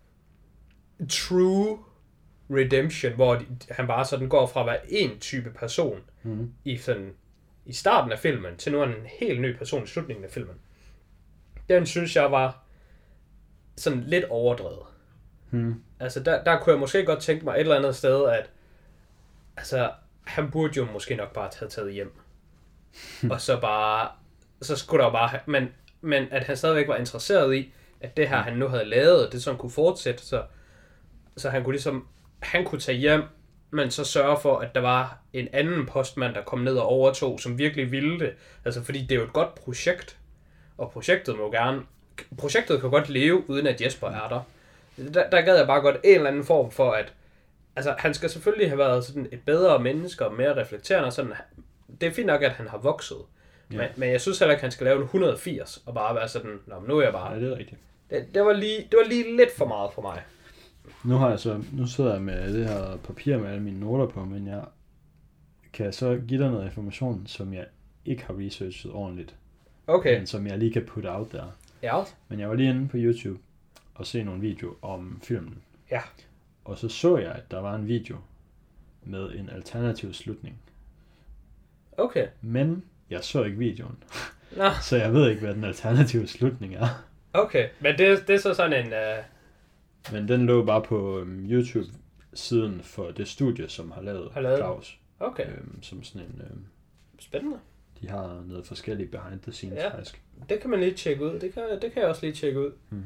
true redemption, hvor de, han bare sådan går fra at være en type person mm. i, sådan, i starten af filmen, til nu er han en helt ny person i slutningen af filmen. Den synes jeg var sådan lidt overdrevet. Mm. Altså der, der kunne jeg måske godt tænke mig et eller andet sted, at altså, han burde jo måske nok bare have taget hjem. Og så bare, så skulle der bare have, men, men at han stadigvæk var interesseret i, at det her, han nu havde lavet, det sådan kunne fortsætte, så Så han kunne ligesom, han kunne tage hjem, men så sørge for, at der var en anden postmand, der kom ned og overtog, som virkelig ville det. Altså, fordi det er jo et godt projekt, og projektet må gerne, projektet kan godt leve, uden at Jesper er der. Der, der gad jeg bare godt en eller anden form for, at altså, han skal selvfølgelig have været sådan et bedre menneske, og mere reflekterende, sådan, det er fint nok, at han har vokset. Ja. Men, men jeg synes heller ikke, at han skal lave en et hundrede og firs, og bare være sådan, nå, men nu er jeg bare... Ja, det er rigtigt. Det, det, var lige, det var lige lidt for meget for mig. Nu har jeg så, nu sidder jeg med det her papir med alle mine noter på, men jeg kan så give dig noget information, som jeg ikke har researchet ordentligt. Okay. Men som jeg lige kan putte out der. Ja. Men jeg var lige inde på YouTube og se nogle videoer om filmen. Ja. Og så så jeg, at der var en video med en alternativ slutning. Okay. Men jeg så ikke videoen. Nå. Så jeg ved ikke, hvad den alternative slutning er. Okay, men det, det er så sådan en... Uh... Men den lå bare på um, YouTube-siden for det studie, som har lavet, har lavet. Klaus. Okay. Øhm, som sådan en... Øhm, Spændende. De har noget forskelligt behind the scenes, ja. faktisk. Det kan man lige tjekke ud. Det kan, det kan jeg også lige tjekke ud. Hmm.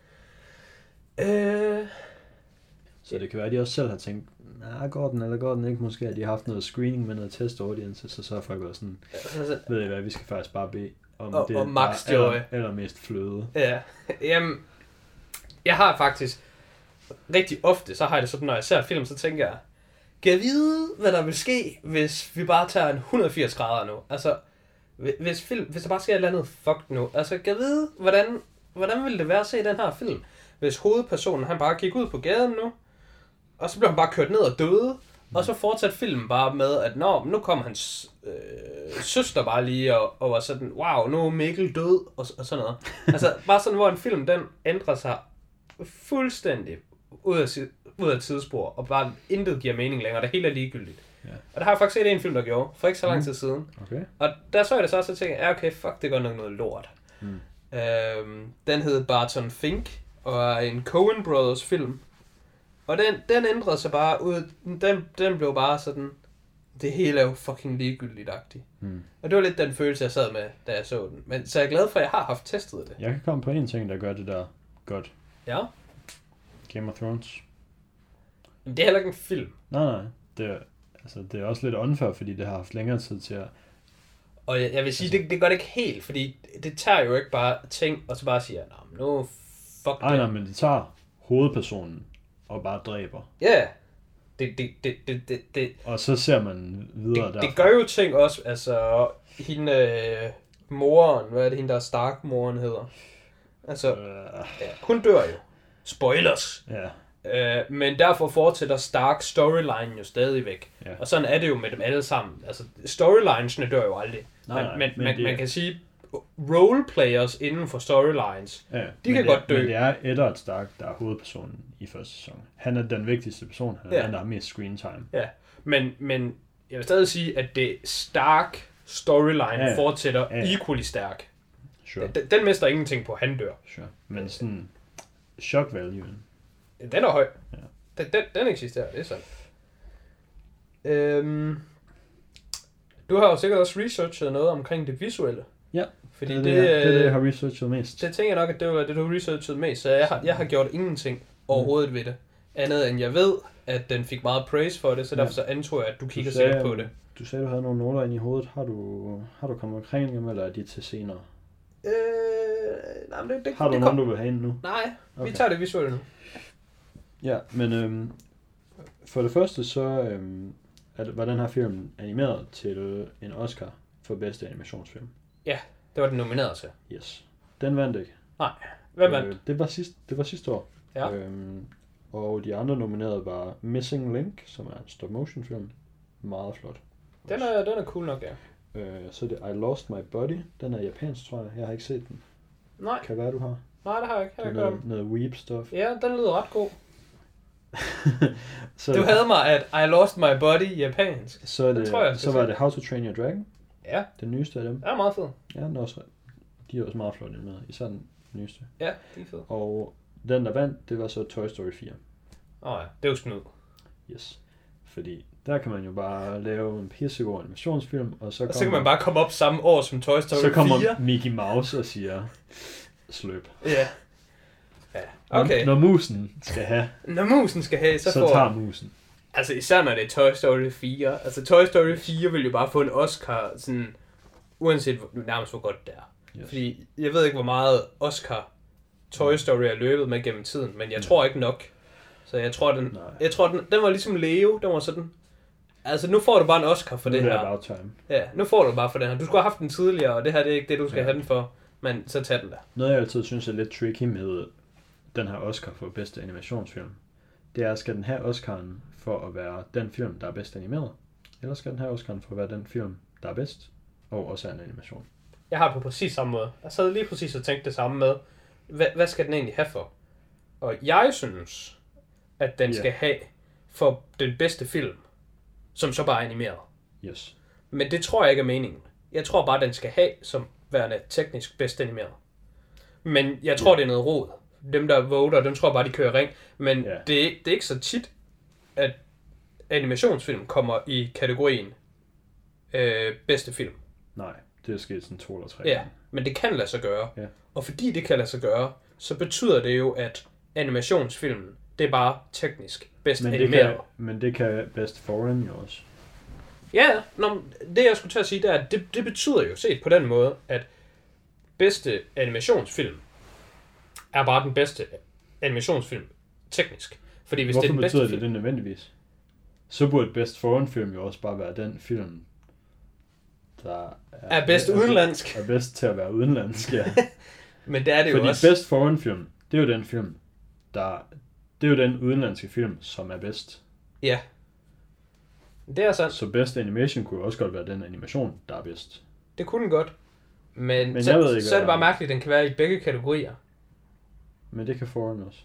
Øh... Så det kan være, at de også selv har tænkt, nej, går den eller går den ikke? Måske at de har haft noget screening med noget test audience, så så har folk været sådan, altså, ved I hvad, vi skal faktisk bare bede om og, det, og Max der er aller, allermest fløde. Ja, jamen, jeg har faktisk rigtig ofte, så har jeg det sådan, når jeg ser film, så tænker jeg, kan jeg vide, hvad der vil ske, hvis vi bare tager en et hundrede og firs grader nu? Altså, hvis, film, hvis der bare sker et eller andet fuck nu, altså, kan jeg vide, hvordan, hvordan ville det være at se den her film, hvis hovedpersonen, han bare gik ud på gaden nu, og så blev han bare kørt ned og døde, mm. og så fortsatte filmen bare med, at nå, nu kom hans øh, søster bare lige og, og var sådan, wow, nu er Mikkel død, og, og sådan noget. Altså, bare sådan, hvor en film, den ændrer sig fuldstændig ud af, ud af tidsspor, og bare intet giver mening længere, det hele er ligegyldigt. Ja. Og der har jeg faktisk set en film, der gjorde, for ikke så lang tid siden. Okay. Og der så jeg det så, så tænkte jeg, ja okay, fuck, det går nok noget lort. Mm. Øhm, den hed Barton Fink, og er en Coen Brothers film. Og den, den ændrede sig bare ud, den, den blev bare sådan, det hele er jo fucking ligegyldigt-agtigt. Mm. Og det var lidt den følelse, jeg sad med, da jeg så den. Men så er jeg glad for, at jeg har haft testet det. Jeg kan komme på en ting, der gør det der godt. Ja. Game of Thrones. Men det er heller ikke en film. Nej, nej. Det er, altså, det er også lidt unfair, fordi det har haft længere tid til at... Og jeg, jeg vil sige, altså, det, det gør det ikke helt, fordi det tager jo ikke bare ting, og så bare siger, nå, nu fuck Ej, det. nej, men det tager hovedpersonen og bare dræber. Ja, yeah. det, det, det, det, det, det... Og så ser man videre det, der. Det gør jo ting også, altså, hende, øh, moren, hvad er det hende, der er Stark-moren hedder? Altså, øh. ja, hun dør jo. Spoilers! Ja. Øh, men derfor fortsætter Stark storyline jo stadigvæk. Ja. Og sådan er det jo med dem alle sammen. Altså, storylinesene dør jo aldrig. Nej, men, nej, men, men man, man kan sige, roleplayers inden for storylines, ja, de kan det, godt dø. Men det er Eddard Stark, der er hovedpersonen i første sæson. Han er den vigtigste person, han er ja. den, der har mest screen time. Ja, men, men jeg vil stadig sige, at det Stark storyline ja, ja. fortsætter ja, ja. equally stærk. Sure. Den, den mister ingenting på, han dør. Sure. Men sådan, shock valuen. Den er høj. Ja. Den, den, den eksisterer, det er sandt. Øhm, du har jo sikkert også researchet noget omkring det visuelle. Ja, fordi det, er det, det, det er det, jeg har researchet mest. Det tænker jeg nok, at det var det, du har researchet mest, så jeg har, jeg har gjort ingenting overhovedet mm. ved det. Andet end jeg ved, at den fik meget praise for det, så derfor så antog jeg, at du kigger sikkert på det. Du sagde, du havde nogle noter ind i hovedet. Har du, har du kommet omkring dem, eller er de til senere? Øh, nej, men det, det, har du det nogen, kom... du vil have ind nu? Nej, okay. Vi tager det visuelle nu. Ja, men øhm, for det første så øhm, at, var den her film animeret til en Oscar for bedste animationsfilm. Ja, det var den nomineret til. Yes. Den vandt ikke. Nej, hvem vandt? Øh, det, var sidst, det var sidste år. Ja. Øhm, og de andre nominerede var Missing Link, som er en stop motion film. Meget flot. Den er, den er cool nok, ja. Øh, så det I Lost My Body. Den er japansk, tror jeg. Jeg har ikke set den. Nej. Kan være, du har? Nej, det har jeg ikke. Jeg det er noget, noget weep stuff. Ja, den lyder ret god. så du det, havde mig, at I Lost My Body japansk. Så, det, tror jeg, så var det How to Train Your Dragon. Ja. Den nyeste af dem. Ja, meget fed. Ja, den er også, de er også meget flotte med. Især den nyeste. Ja, de er fede. Og den, der vandt, det var så Toy Story fire. Åh oh ja, det er jo snud. Yes. Fordi der kan man jo bare lave en pissegod animationsfilm, og så, og så kan man bare komme op samme år som Toy Story fire. Så kommer Mickey Mouse og siger, sløb. Ja. Ja, okay. Når, når musen skal have, når musen skal have, så, så får... tager musen. Altså især når det er Toy Story fire. Altså Toy Story fire vil jo bare få en Oscar, sådan, uanset hvor, nærmest hvor godt det er. Yes. Fordi jeg ved ikke, hvor meget Oscar Toy Story er løbet med gennem tiden, men jeg tror ikke nok. Så jeg tror, den, jeg tror den, den var ligesom Leo, den var sådan, Altså, nu får du bare en Oscar for nu det her. her. About time. Ja, nu får du bare for den her. Du skulle have haft den tidligere, og det her det er ikke det, du skal ja. have den for. Men så tag den der. Noget jeg altid synes er lidt tricky med den her Oscar for bedste animationsfilm, det er, skal den have Oscar'en for at være den film, der er bedst animeret? Eller skal den have Oscar'en for at være den film, der er bedst, og også er en animation? Jeg har det på præcis samme måde. Jeg sad lige præcis og tænkte det samme med, hvad, hvad skal den egentlig have for? Og jeg synes, at den yeah. skal have for den bedste film, som så bare er animeret. Yes. Men det tror jeg ikke er meningen. Jeg tror bare, at den skal have som værende teknisk bedst animeret. Men jeg tror, yeah. det er noget rod. Dem, der voter, dem tror jeg bare, de kører ring. Men yeah. det, er, det er ikke så tit, at animationsfilm kommer i kategorien øh, bedste film. Nej, det er sket sådan to eller tre. Ja, men det kan lade sig gøre. Yeah. Og fordi det kan lade sig gøre, så betyder det jo, at animationsfilmen, det er bare teknisk bedst men animeret. Det kan, men det kan Best Foreign jo også. Ja, nå, det jeg skulle til at sige, det er, at det, det betyder jo set på den måde, at bedste animationsfilm er bare den bedste animationsfilm teknisk. Fordi hvis Hvorfor det er den bedste betyder film, det det nødvendigvis? Så burde Best Foreign film jo også bare være den film, der er, er bedst er, udenlandsk. Er bedst til at være udenlandsk, ja. Men det er det Fordi jo også. Fordi Best Foreign film, det er jo den film, der... Det er jo den udenlandske film, som er bedst. Ja. Det er sandt. Så Best Animation kunne også godt være den animation, der er bedst. Det kunne den godt. Men, Men så, jeg ved ikke, så er det bare mærkeligt, at den kan være i begge kategorier. Men det kan Foreign også.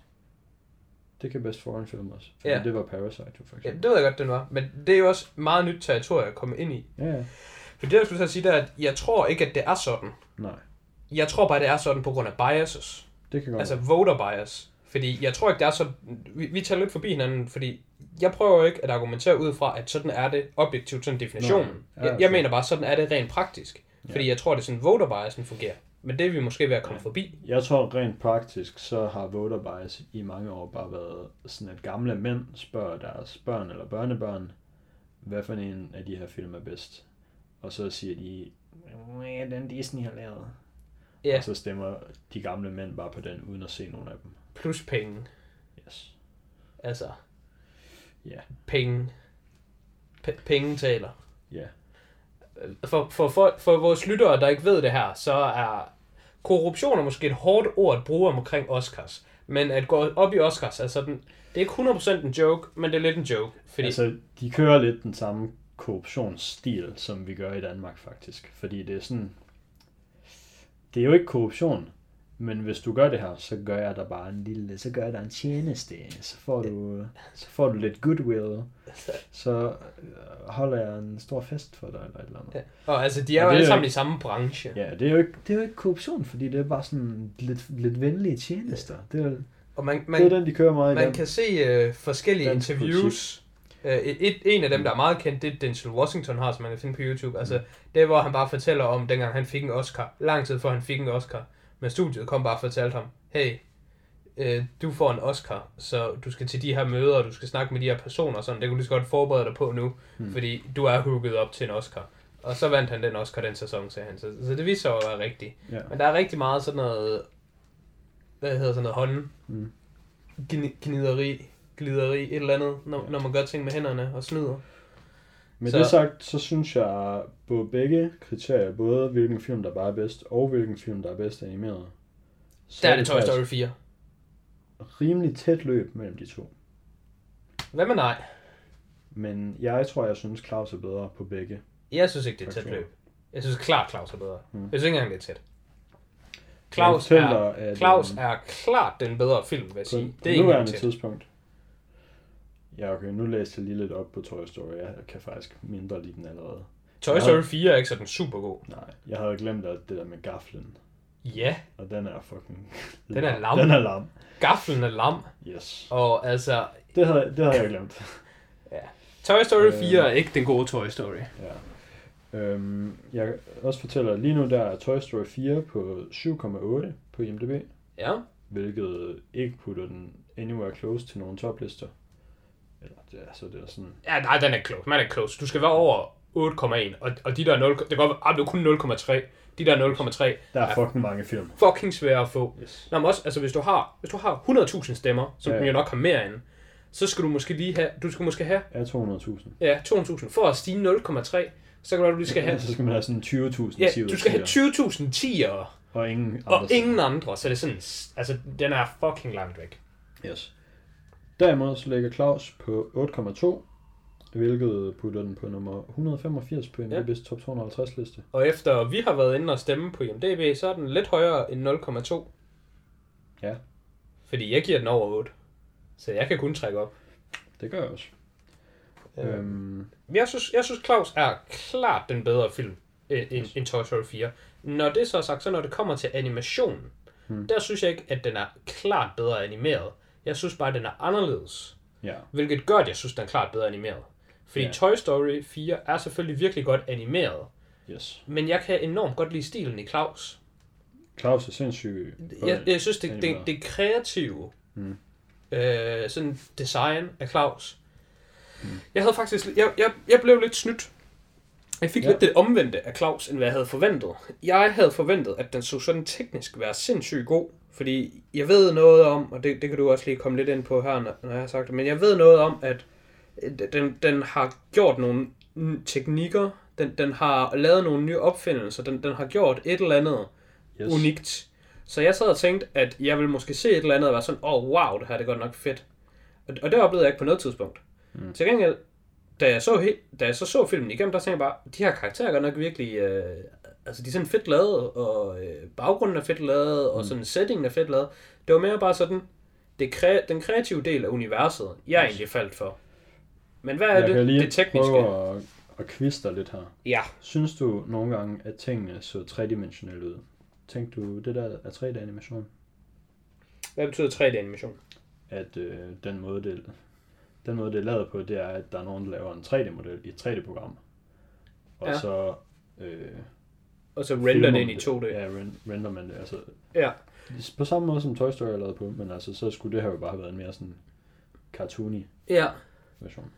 Det kan Best Foreign film også. Fordi ja. det var Parasite jo for eksempel. Ja, det ved jeg godt, den var. Men det er jo også meget nyt territorie at komme ind i. Ja, ja. For det, jeg skulle sige, det er, at jeg tror ikke, at det er sådan. Nej. Jeg tror bare, det er sådan på grund af biases. Det kan godt. Altså voter bias. Fordi jeg tror ikke, det er så... Vi, vi taler lidt forbi hinanden, fordi jeg prøver ikke at argumentere ud fra, at sådan er det objektivt, sådan definitionen. Ja, jeg, jeg mener bare, sådan er det rent praktisk. Fordi ja. jeg tror, det er sådan, voter biasen fungerer. Men det er vi måske ved at komme ja. forbi. Jeg tror rent praktisk, så har voter bias i mange år bare været sådan, at gamle mænd spørger deres børn eller børnebørn, hvad for en af de her film er bedst. Og så siger de, den Disney har lavet. Ja. Og så stemmer de gamle mænd bare på den, uden at se nogen af dem. Plus penge. Yes. Altså. Ja. Yeah. Penge. P- penge taler. Ja. Yeah. For, for, for, for vores lyttere, der ikke ved det her, så er korruption er måske et hårdt ord at bruge omkring Oscars. Men at gå op i Oscars, altså den, det er ikke hundrede procent en joke, men det er lidt en joke. Fordi... Altså, de kører lidt den samme korruptionsstil, som vi gør i Danmark faktisk. Fordi det er sådan... Det er jo ikke korruption, men hvis du gør det her, så gør jeg der bare en lille... Så gør jeg der en tjeneste, så får du, så får du lidt goodwill. Så holder jeg en stor fest for dig, eller et eller andet. Ja. Og altså, de er jo alle sammen i samme branche. Ja, det er, jo ikke, det er jo ikke korruption, fordi det er bare sådan lidt, lidt venlige tjenester. Det er, og man, man, det er den, de kører meget i. Man den. kan se uh, forskellige interviews. Uh, et, et, en af dem, der er meget kendt, det er Denzel Washington har, som man kan finde på YouTube. Altså, mm. det er, hvor han bare fortæller om, dengang han fik en Oscar. Lang tid før han fik en Oscar. Men studiet kom bare og fortalte ham, hey, øh, du får en Oscar, så du skal til de her møder, og du skal snakke med de her personer, sådan, det kunne du lige så godt forberede dig på nu, hmm. fordi du er hooket op til en Oscar. Og så vandt han den Oscar den sæson, sagde han. Så, så det viser jo at være rigtigt. Ja. Men der er rigtig meget sådan noget, hvad hedder sådan noget, hånden, hmm. gnideri, glideri, et eller andet, når, ja. når man gør ting med hænderne og snyder. Med så... det sagt, så synes jeg på begge kriterier, både hvilken film, der bare er bedst, og hvilken film, der er bedst animeret. Der er det Toy Story fire. Rimelig tæt løb mellem de to. Hvad med nej? Men jeg tror, jeg synes, Klaus er bedre på begge. Jeg synes ikke, det er tæt løb. Jeg synes klart, Klaus er bedre. Hmm. Jeg synes ikke engang, det er tæt. Klaus, er, Klaus er klart den bedre film, vil jeg sige. Det er ikke nuværende tidspunkt. Ja, okay, nu læste jeg lige lidt op på Toy Story. Jeg kan faktisk mindre lide den allerede. Toy Story havde... fire er ikke sådan super god. Nej, jeg havde glemt at det der med gaflen. Ja. Og den er fucking... Den er lam. Den er lam. Gaflen er lam. Yes. Og altså... Det havde, det havde jeg glemt. Ja. Toy Story fire er ikke den gode Toy Story. Ja. Øhm, jeg også fortæller, lige nu der er Toy Story fire på syv komma otte på I M D B. Ja. Hvilket ikke putter den anywhere close til nogle toplister. Eller, det er, så det er sådan... Ja, nej, den er close. Man er close. Du skal være over otte komma en, og, og de der nul... Det går op, det er kun nul komma tre. De der nul komma tre... Der er, er fucking mange film. Fucking svære at få. Yes. Nå, men også, altså, hvis du har, hvis du har hundrede tusind stemmer, som ja, ja. Den jo nok har mere end, så skal du måske lige have, du skal måske have... Ja, to hundrede tusind. Ja, to hundrede tusind. For at stige nul komma tre, så kan du, du lige skal have... Ja, så skal man have sådan tyve tusind Ja, du skal have tyve tusind tiere. Og ingen andre. Og ingen andre, så det er sådan... Altså, den er fucking langt væk. Yes. Derimod så ligger Klaus på otte komma to, hvilket putter den på nummer et hundrede og femogfirs på I M D B's top to hundrede og halvtreds liste. Og efter vi har været inde og stemme på I M D B, så er den lidt højere end nul komma to. Ja. Fordi jeg giver den over otte. Så jeg kan kun trække op. Det gør jeg også. Øhm. Øhm. Jeg synes, jeg synes Klaus er klart den bedre film end, end Toy Story fire. Når det så er sagt, så når det kommer til animationen, hmm. der synes jeg ikke, at den er klart bedre animeret. Jeg synes bare, at den er anderledes. Ja. Hvilket gør, at jeg synes, den er klart bedre animeret. Fordi ja. Toy Story fire er selvfølgelig virkelig godt animeret. Yes. Men jeg kan enormt godt lide stilen i Klaus. Klaus er sindssygt. Jeg, jeg synes, det, det, det kreative hmm. øh, sådan design af Klaus. Hmm. Jeg havde faktisk... Jeg, jeg, jeg blev lidt snydt. Jeg fik ja. lidt det omvendte af Klaus, end hvad jeg havde forventet. Jeg havde forventet, at den så sådan teknisk være sindssygt god. Fordi jeg ved noget om, og det, det kan du også lige komme lidt ind på her, når jeg har sagt det, men jeg ved noget om, at den, den har gjort nogle teknikker, den, den har lavet nogle nye opfindelser, den, den har gjort et eller andet yes. unikt. Så jeg sad og tænkte, at jeg ville måske se et eller andet og være sådan, åh oh, wow, det her det er godt nok fedt. Og, og det oplevede jeg ikke på noget tidspunkt. Mm. Til gengæld, da jeg, så he, da jeg så så filmen igennem, der tænkte jeg bare, de her karakterer er godt nok virkelig... Øh, altså, de er sådan fedt lavet, og øh, baggrunden er fedt lavet, og sådan settingen er fedt lavet. Det var mere bare sådan, det kre- den kreative del af universet, jeg egentlig faldt for. Men hvad er jeg det, kan lige det tekniske? prøve at, at quizze dig lidt her. Ja. Synes du nogle gange, at tingene så tredimensionelle ud? Tænkte du, det der er tre D-animation? Hvad betyder tre D-animation? At øh, den måde, det, den måde, det er lavet på, det er, at der er nogen, der laver en tre D-model i et tre D-program. Og ja. så... Øh, og så render det ind i to D. Ja, render man det. Altså, ja. På samme måde som Toy Story er lavet på, men altså, så skulle det her jo bare have været en mere sådan cartoony ja. version.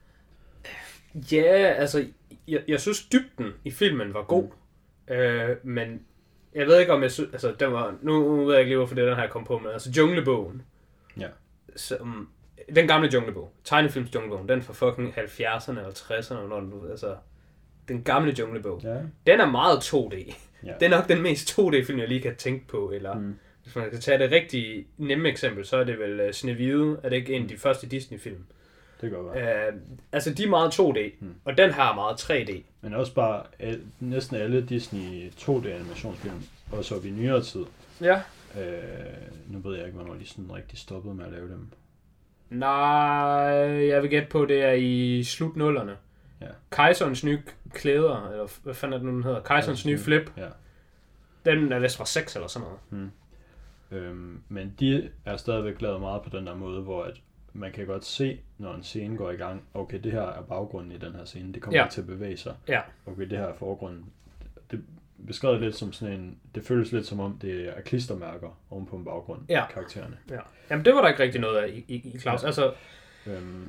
Ja, altså, jeg, jeg synes dybden i filmen var god, mm. øh, men jeg ved ikke om jeg synes, altså, den var, nu ved jeg ikke lige, hvorfor det er den her kom på, men altså, Junglebogen, ja. som, den gamle Junglebog, tegnefilms Junglebogen, den fra fucking halvfjerdserne eller tresserne, når du, altså, den gamle Junglebog, ja. Den er meget to D. Ja. Det er nok den mest to D-film, jeg lige kan tænke på, eller mm. hvis man kan tage det rigtig nemme eksempel, så er det vel uh, Snehvide, er det ikke en af de første Disney-film? Det kan godt være. Uh, altså, de er meget to D, mm. og den her er meget tre D. Men også bare al, næsten alle Disney to D-animationsfilm, også op i nyere tid. Ja. Uh, nu ved jeg ikke, hvornår de sådan rigtig stoppede med at lave dem. Nej, jeg vil gætte på, det er i slut nullerne. Ja. Kejserens nye klæder, eller hvad fanden er det nu, den hedder? Kejserens nye flip. Ja. Den er vist fra seks eller sådan noget. Hmm. Øhm, men de er stadigvæk lavet meget på den der måde, hvor at man kan godt se, når en scene går i gang, okay, det her er baggrunden i den her scene, det kommer ja. ikke til at bevæge sig. Ja. Okay, det her er forgrunden. Det beskrevet lidt som sådan en, det føles lidt som om, det er klistermærker oven på en baggrund ja. karaktererne. Ja. Jamen, det var der ikke rigtig noget af i, i, i Klaus. Ja. Altså... Øhm,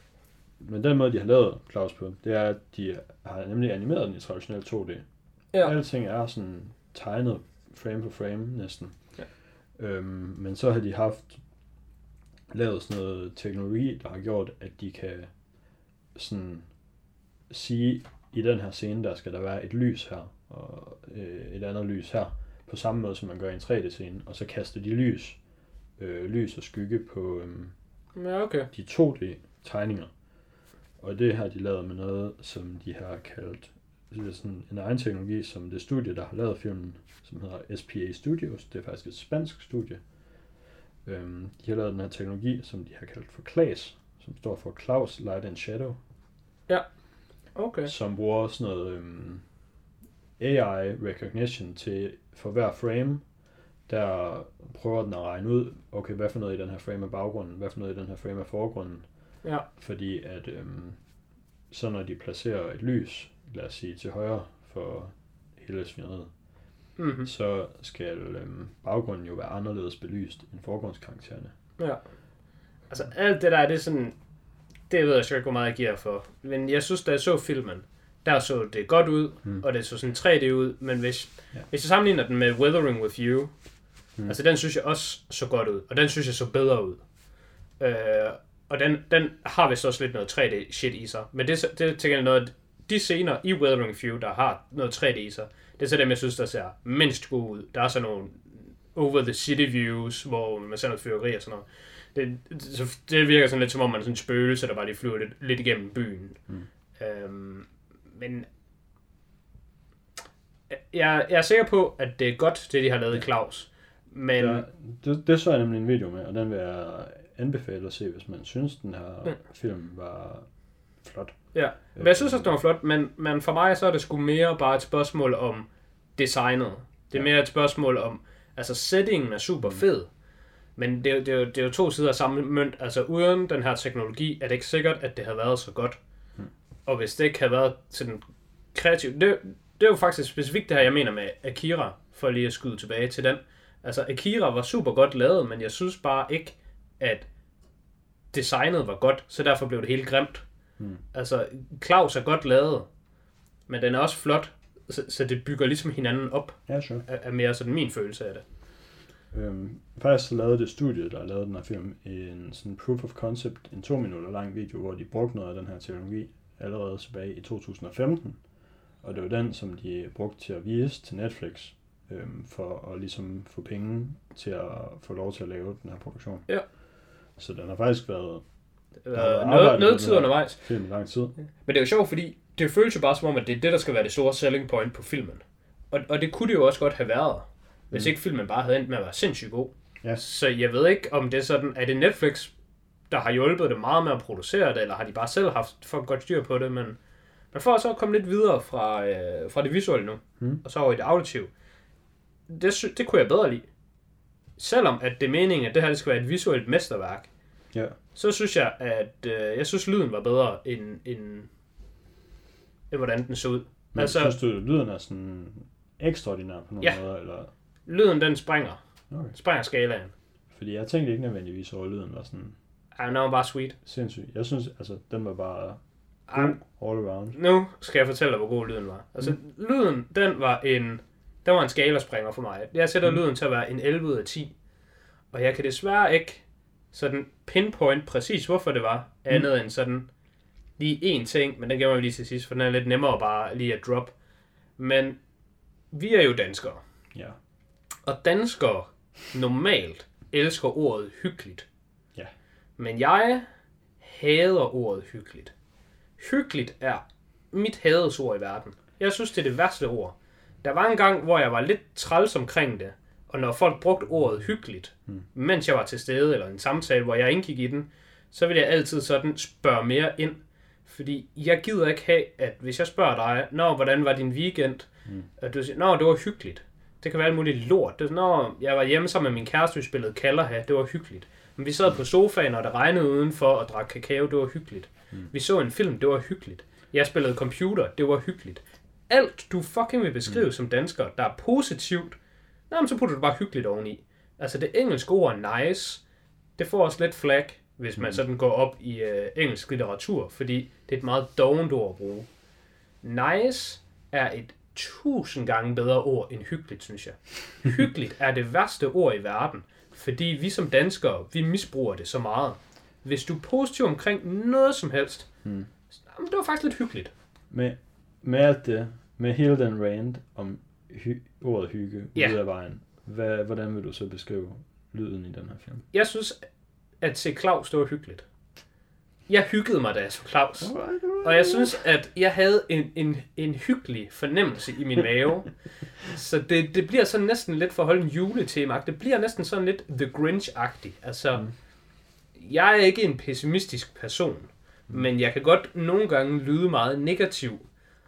Men den måde, de har lavet Klaus på, det er, at de har nemlig animeret den i traditionel to D. Ja. Alting er sådan tegnet frame for frame næsten. Ja. Øhm, men så har de haft lavet sådan noget teknologi, der har gjort, at de kan sådan sige, i den her scene, der skal der være et lys her, og øh, et andet lys her, på samme måde, som man gør i en tre D-scene, og så kaster de lys, øh, lys og skygge på øh, ja, okay. de to D-tegninger. Og det har de lavet med noget, som de har kaldt det er sådan en egen teknologi, som det studie, der har lavet filmen, som hedder S P A Studios. Det er faktisk et spansk studie. Øhm, de har lavet den her teknologi, som de har kaldt for C L A S, som står for Klaus Light and Shadow. Ja, okay. Som bruger sådan noget øhm, A I recognition til for hver frame, der prøver den at regne ud, okay, hvad for noget i den her frame er baggrunden, hvad for noget i den her frame er forgrunden. Ja. Fordi at øhm, så når de placerer et lys, lad os sige til højre for hele svineriet, mm-hmm. så skal øhm, baggrunden jo være anderledes belyst end forgrundskaraktererne. Ja. Altså alt det der, det er sådan, det ved jeg sgu ikke, hvor meget jeg giver for. Men jeg synes, da jeg så filmen, der så det godt ud, mm. og det så sådan tre D ud, men hvis, ja. hvis jeg sammenligner den med Weathering with You, mm. altså den synes jeg også så godt ud, og den synes jeg så bedre ud. Øh, og den, den har vist også lidt noget tre D shit i sig. Men det, det er til gengæld noget, de scener i Wuthering Few, der har noget tre D i sig, det er så dem, jeg synes, der ser mindst gode ud. Der er sådan nogle over the city views, hvor man ser noget fyrværkeri og sådan noget. Det, så det virker sådan lidt som om, man er sådan en spøgelse, der bare lige flyver lidt, lidt igennem byen. Mm. Øhm, men jeg, jeg er sikker på, at det er godt, det de har lavet i Klaus. Men ja, det, det så jeg nemlig en video med, og den vil jeg anbefale at se, hvis man synes, den her ja. film var flot. Ja, men jeg synes også, den var flot, men, men for mig så er det sgu mere bare et spørgsmål om designet. Det er ja. mere et spørgsmål om, altså settingen er super fed, men det er, det, er jo, det er jo to sider af samme mønt. Altså uden den her teknologi er det ikke sikkert, at det havde været så godt. Hmm. Og hvis det ikke havde været sådan kreativt, det, det er jo faktisk specifikt det her, jeg mener med Akira, for lige at skyde tilbage til den. Altså Akira var super godt lavet, men jeg synes bare ikke, at designet var godt, så derfor blev det helt grimt. Hmm. Altså Klaus er godt lavet, men den er også flot, så, så det bygger ligesom hinanden op. Ja, sure. er, er mere sådan min følelse af det. Øhm, faktisk så lavede det studie, der lavede den her film, en sådan proof of concept, en to minutter lang video, hvor de brugte noget af den her teknologi allerede tilbage i to tusind og femten. Og det var den, som de brugte til at vise til Netflix, øhm, for at ligesom få penge til at få lov til at lave den her produktion. Ja. Så den har faktisk været øh, noget, noget tid undervejs. Film i lang tid. Men det er jo sjovt, fordi det føles jo bare som om, at det er det, der skal være det store selling point på filmen. Og, og det kunne det jo også godt have været, hvis mm. ikke filmen bare havde endt med at være sindssygt god. Ja. Så jeg ved ikke, om det er sådan, er det Netflix, der har hjulpet det meget med at producere det, eller har de bare selv haft for godt styr på det, men man får så komme lidt videre fra, øh, fra det visuelle nu, mm. og så over i det auditive. Det, det kunne jeg bedre lide. Selvom at det er meningen, at det her det skal være et visuelt mesterværk, ja. så synes jeg, at øh, jeg synes, lyden var bedre, end, end, end hvordan den så ud. Men altså, synes du, lyden er sådan ekstraordinær på nogle ja. måder? Eller? Lyden, den springer. Okay. Springer skalaen. Fordi jeg tænkte ikke nødvendigvis over, at lyden var sådan... Ja, den var bare sweet. Sindssygt. Jeg synes, altså, den var bare god all around. Nu skal jeg fortælle dig, hvor god lyden var. Altså, mm. lyden, den var en... Den var en skalaspringer for mig. Jeg sætter mm. lyden til at være en elleve ud af ti. Og jeg kan desværre ikke sådan pinpoint præcis, hvorfor det var, andet mm. end sådan lige én ting, men den gemmer vi lige til sidst, for den er lidt nemmere bare lige at drop. Men vi er jo danskere. Ja. Og danskere normalt elsker ordet hyggeligt. Ja. Men jeg hader ordet hyggeligt. Hyggeligt er mit hadesord i verden. Jeg synes, det er det værste ord. Der var en gang, hvor jeg var lidt træls omkring det, og når folk brugte ordet hyggeligt, hmm. mens jeg var til stede, eller en samtale, hvor jeg indgik i den, så ville jeg altid sådan spørge mere ind. Fordi jeg gider ikke have, at hvis jeg spørger dig, nå, hvordan var din weekend? Hmm. At du siger, nå, det var hyggeligt. Det kan være alt muligt lort. Det er, nå, jeg var hjemme sammen med min kæreste, vi spillede kalderha, det var hyggeligt. Men vi sad på sofaen, og det regnede udenfor, og drak kakao, det var hyggeligt. Hmm. Vi så en film, det var hyggeligt. Jeg spillede computer, det var hyggeligt. Alt, du fucking vil beskrive hmm. som dansker, der er positivt, nå, men så putter du bare hyggeligt oveni. Altså det engelske ord nice, det får også lidt flag, hvis man mm. sådan går op i uh, engelsk litteratur, fordi det er et meget dovent ord at bruge. Nice er et tusind gange bedre ord end hyggeligt, synes jeg. Hyggeligt er det værste ord i verden, fordi vi som danskere, vi misbruger det så meget. Hvis du er positiv omkring noget som helst, mm. så, det var faktisk lidt hyggeligt. Med, med alt det, med hele den rant om hy- ordet hygge ja. ud af vejen, hvad, hvordan vil du så beskrive lyden i den her film? Jeg synes, at se Klaus, det var hyggeligt. Jeg hyggede mig, da jeg så Klaus. Og jeg synes, at jeg havde en, en, en hyggelig fornemmelse i min mave. Så det, det bliver sådan næsten lidt for at holde en juletema. Det bliver næsten sådan lidt The Grinch-agtigt. Altså, mm. jeg er ikke en pessimistisk person, mm. men jeg kan godt nogle gange lyde meget negativ.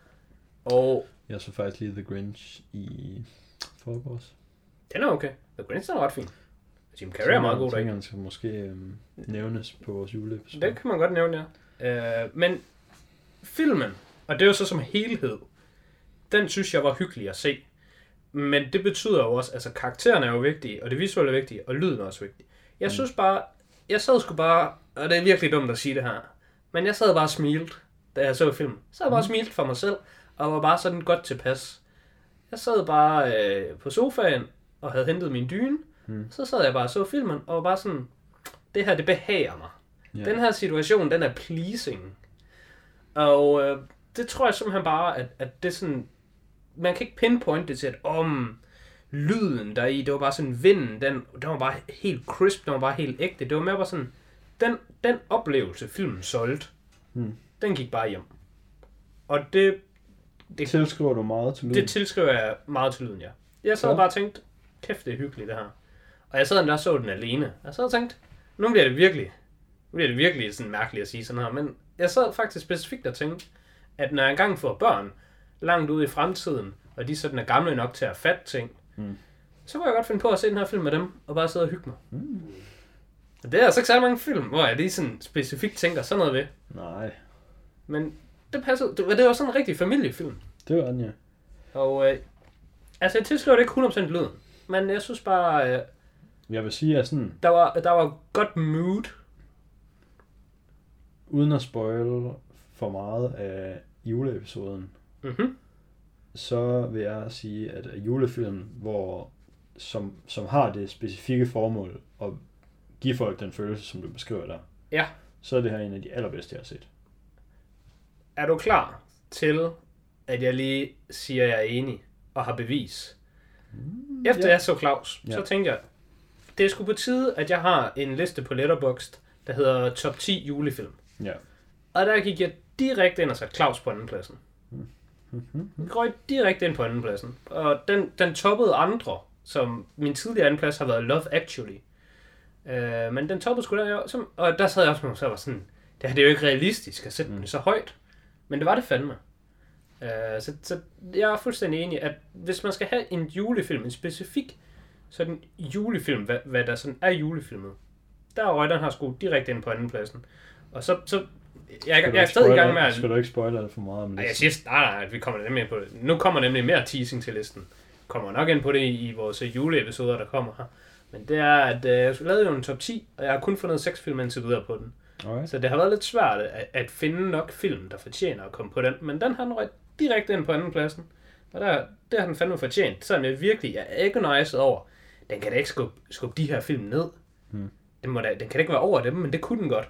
Og jeg så faktisk lige The Grinch i forgårs. Den er okay. The Grinch er ret fin. Jim Carrey er meget god. Jeg tænker, skal måske øhm, nævnes på vores juleepisode. Det kan man godt nævne, ja. Øh, men filmen, og det er jo så som helhed, den synes jeg var hyggelig at se. Men det betyder jo også, altså karaktererne er jo vigtige, og det visuelle er vigtigt, og lyden er også vigtig. Jeg mm. synes bare, jeg sad sgu bare, og det er virkelig dumt at sige det her, men jeg sad bare og smilte, da jeg så filmen. Jeg sad bare og smilte for mig selv, og var bare sådan godt tilpas. Jeg sad bare øh, på sofaen, og havde hentet min dyne, hmm. så sad jeg bare og så filmen, og var bare sådan, det her, det behager mig. Yeah. Den her situation, den er pleasing. Og øh, det tror jeg simpelthen bare, at, at det sådan... Man kan ikke pinpointe det til, at om lyden der i, det var bare sådan vinden, den, den var bare helt crisp, den var bare helt ægte. Det var mere bare sådan, den, den oplevelse, filmen solgte, hmm. den gik bare hjem. Og det... Det tilskriver du meget til lyden? Det tilskriver jeg meget til lyden, ja. Jeg sad ja. bare og tænkte, kæft, det er hyggeligt det her. Og jeg sad der og så den alene. Jeg sad og tænkte, nu bliver det virkelig, nu bliver det virkelig sådan mærkeligt at sige sådan her. Men jeg sad faktisk specifikt og tænkte, at når jeg engang får børn langt ude i fremtiden, og de sådan er gamle nok til at fatte ting, mm. så kunne jeg godt finde på at se den her film med dem, og bare sidde og hygge mig. Mm. Og det er altså ikke så mange film, hvor jeg lige sådan specifikt tænker sådan noget ved. Nej. Men det passede, det, det var sådan en rigtig familiefilm. Det var den, ja. Og øh, altså jeg tilskriver det ikke hundrede procent lyden, men jeg synes bare... Øh, jeg vil sige, at sådan... Der var, der var godt mood. Uden at spoil for meget af juleepisoden, mm-hmm. så vil jeg sige, at julefilmen, hvor, som, som har det specifikke formål at give folk den følelse, som du beskriver der, ja. så er det her en af de allerbedste, jeg har set. Er du klar til, at jeg lige siger, at jeg er enig og har bevis? Mm, Efter ja. jeg så Claus, ja. så tænkte jeg, det er sgu på tide, at jeg har en liste på Letterboxd, der hedder top ti julefilm. Ja. Og der gik jeg direkte ind og satte Claus på andenpladsen. Mm-hmm. Jeg røg direkte ind på andenpladsen. Og den, den toppede andre, som min tidligere andenplads har været Love Actually. Uh, men den toppede sgu der, som, og der sad jeg også med, så var sådan, det her det er jo ikke realistisk at sætte mm. den så højt. Men det var det fandme. Uh, så, så jeg er fuldstændig enig, at hvis man skal have en julefilm, en specifik sådan julefilm, hvad, hvad der sådan er julefilmet, der røg den her sgu direkte ind på andenpladsen. Og så, så jeg, jeg er stadig i gang med at... Skal du ikke spoilere det for meget? Nej, jeg siger, nej, nej, vi kommer nemlig på det. Nu kommer nemlig mere teasing til listen. Kommer nok ind på det i, i vores juleepisoder, der kommer her. Men det er, at øh, jeg lavede jo en top ti, og jeg har kun fundet seks film indtil videre på den. Okay. Så det har været lidt svært at, at finde nok film, der fortjener at komme på den. Men den har den røget direkte ind på andenpladsen. Og der, det har den fandme fortjent. Selvom jeg virkelig er agonized over, den kan da ikke skubbe, skubbe de her film ned. Hmm. Den, må da, den kan da ikke være over dem, men det kunne den godt.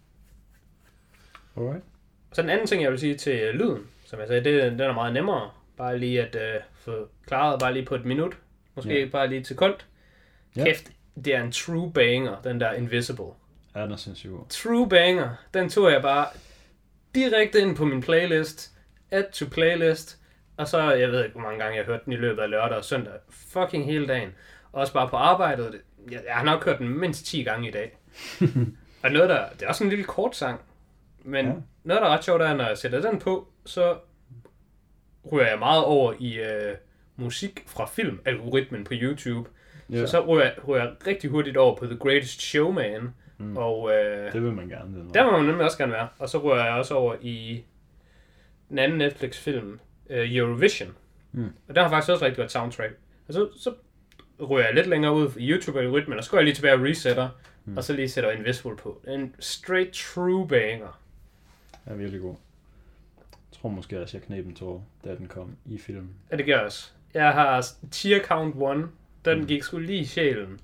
Alright. Så den anden ting, jeg vil sige til lyden, som jeg sagde, det, den er meget nemmere. Bare lige at uh, få klaret, bare lige på et minut. Måske yeah. bare lige til koldt. Yeah. Kæft, det er en true banger, den der Invisible. Ja, den er sindssygt god. True banger, den tog jeg bare direkte ind på min playlist. Add to playlist. Og så, jeg ved ikke, hvor mange gange jeg har hørt den i løbet af lørdag og søndag. Fucking hele dagen. Og også bare på arbejdet. Jeg, jeg har nok hørt den mindst ti gange i dag. Og noget der, det er også en lille kort sang. Men ja. noget, der er ret sjovt, er, når jeg sætter den på, så ryger jeg meget over i øh, musik fra film-algoritmen på YouTube. Ja. Så så ryger, ryger jeg rigtig hurtigt over på The Greatest Showman. Mm. Og, øh, det vil man gerne. Det der må man nemlig også gerne være. Og så ryger jeg også over i den anden Netflix-film, øh, Eurovision. Mm. Og der har faktisk også rigtig godt soundtrack. Og så, så ryger jeg lidt længere ud i YouTube-algoritmen, og så går jeg lige tilbage og resetter. Hmm. Og så lige sætter Invisible på. En straight true banger. Den er virkelig god. Jeg tror måske også, jeg knæb en tår, da den kom i filmen. Ja, det gør jeg også. Jeg har tier count one. Den hmm. gik sgu lige i sjælen.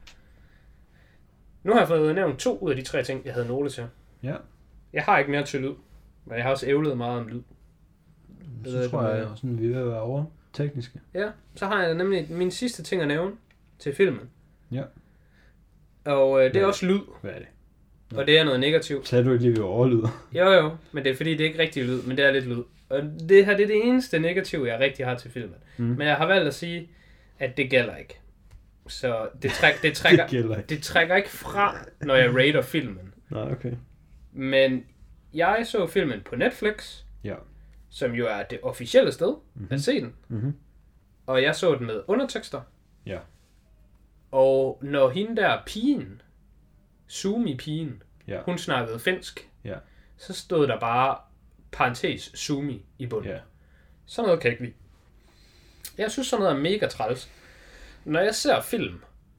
Nu har jeg fået nævnt to ud af de tre ting, jeg havde note til. Ja. Jeg har ikke mere til lyd. Men jeg har også ævlet meget om lyd. Det så ved, tror jeg, at vi vil være over tekniske. Ja, så har jeg nemlig min sidste ting at nævne til filmen. Ja. Og øh, det er Hvad? også lyd. Hvad er det? Ja. Og det er noget negativt. Sagde du ikke lige, vi overlyder? Jo jo, men det er fordi, det er ikke rigtig lyd, men det er lidt lyd. Og det her det er det eneste negative, jeg rigtig har til filmen. Mm. Men jeg har valgt at sige, at det gælder ikke. Så det, træk, det, trækker, det, ikke. det trækker ikke fra, når jeg rater filmen. Nej, okay. Men jeg så filmen på Netflix, ja. som jo er det officielle sted mm-hmm. at se den. Mm-hmm. Og jeg så den med undertekster. Ja. Og når hende der pigen, Sumi-pigen, ja. hun snakkede finsk, ja. så stod der bare parentes Sumi i bunden. Ja. Sådan noget kan jeg ikke lide. Jeg synes sådan noget er mega træls. Når jeg ser film,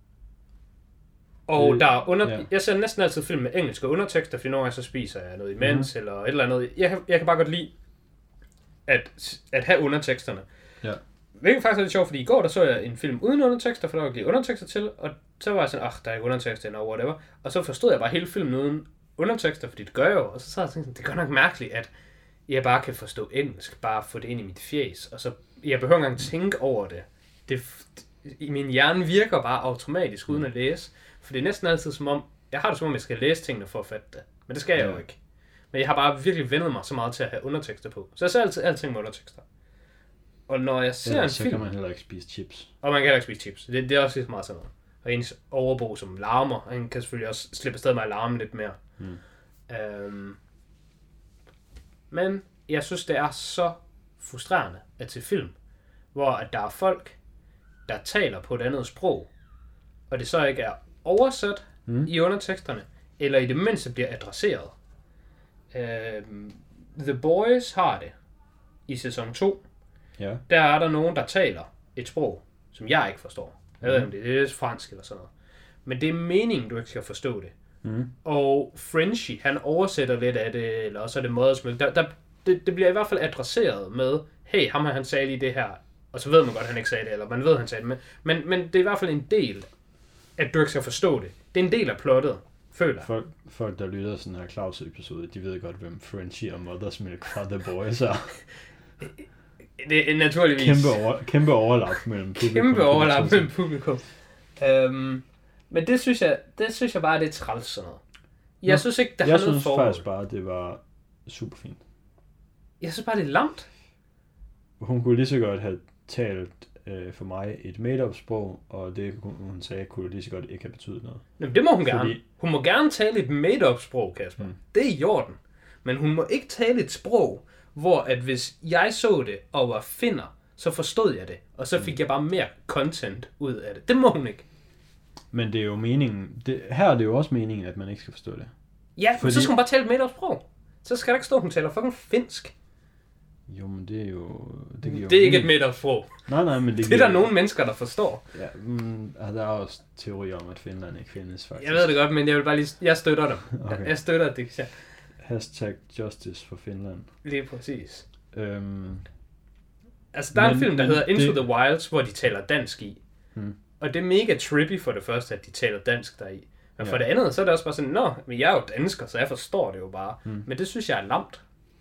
og det, der er under... Ja. Jeg ser næsten altid film med engelske undertekster, fordi nogle gange så spiser jeg noget imens, mm. eller et eller andet. Jeg kan, jeg kan bare godt lide at, at have underteksterne. Ja. Hvilket faktisk er lidt sjovt, fordi i går der så jeg en film uden undertekster, for der var ikke undertekster til, og så var jeg sådan, ach, der er ikke undertekster eller whatever. Og så forstod jeg bare hele filmen uden undertekster, fordi det gør jeg jo, og så sad jeg og tænkte, det er godt nok mærkeligt, at jeg bare kan forstå engelsk, bare få det ind i mit fjes, og så jeg behøver ikke engang tænke over det. det i min hjerne virker bare automatisk, uden at læse, for det er næsten altid som om, jeg har det som om, jeg skal læse tingene for at fatte det, men det skal jeg ja. jo ikke. Men jeg har bare virkelig vendet mig så meget til at have undertekster på, så jeg ser altid alting med undertekster. Og når jeg ser ja, en så film... så kan man heller ikke spise chips. Og man kan heller ikke spise chips. Det, det er også lidt meget sådan noget. Og ens overbo, som larmer, han kan selvfølgelig også slippe afsted med at larme lidt mere. Mm. Øhm, men jeg synes, det er så frustrerende at til film, hvor at der er folk, der taler på et andet sprog, og det så ikke er oversat mm. i underteksterne, eller i det mindste bliver adresseret. Øhm, The Boys har det i sæson to. Ja. Der er der nogen, der taler et sprog, som jeg ikke forstår. Jeg ved ikke, om det er fransk eller sådan noget. Men det er meningen, du ikke skal forstå det. Mm. Og Frenchie, han oversætter lidt af det, eller også er det modersmål. Der, der, det, det bliver i hvert fald adresseret med, hey, ham her, han sagde lige det her, og så ved man godt, at han ikke sagde det, eller man ved, at han sagde det. Men, men det er i hvert fald en del, at du ikke skal forstå det. Det er en del af plottet, føler jeg. Folk, folk der lytter sådan her Claus-episode, de ved godt, hvem Frenchie og Mother's Milk fra The Boys er. Det er naturligvis... Kæmpe, over, kæmpe overlap mellem publikum. Kæmpe overlap mellem publikum. Øhm, men det synes jeg, det synes jeg bare, det er træls sådan noget. Jeg Nå, synes ikke, der har noget formål. Jeg synes faktisk bare, det var super fint. Jeg synes bare, det er lamt. Hun kunne lige så godt have talt øh, for mig et made-up sprog, og det hun sagde, kunne lige så godt ikke have betydet noget. Jamen, det må hun Fordi... gerne. Hun må gerne tale et made-up sprog, Kasper. Mm. Det er i orden. Men hun må ikke tale et sprog, hvor at hvis jeg så det og var finder, så forstod jeg det, og så fik jeg bare mere content ud af det. Det må hun ikke. Men det er jo meningen, det, her er det jo også meningen, at man ikke skal forstå det. Ja, Fordi... så skal hun bare tale et made-up sprog. Så skal der ikke stå, at hun taler fucking finsk. Jo, men det er jo... Det, det er jo ikke et made-up sprog. Nej, nej, men det, det er der jo... nogle mennesker, der forstår. Ja, men, altså, der er også teorier om, at Finland ikke findes, faktisk. Jeg ved det godt, men jeg vil bare lige... Jeg støtter dem. Okay. Jeg støtter det. Ja. Hashtag justice for Finland. Lige præcis. Øhm, altså, der er en film, der hedder Into det... the Wilds, hvor de taler dansk i. Hmm. Og det er mega trippy for det første, at de taler dansk deri. Men ja. For det andet, så er det også bare sådan, nå, men jeg er jo dansker, så jeg forstår det jo bare. Hmm. Men det synes jeg er lamt.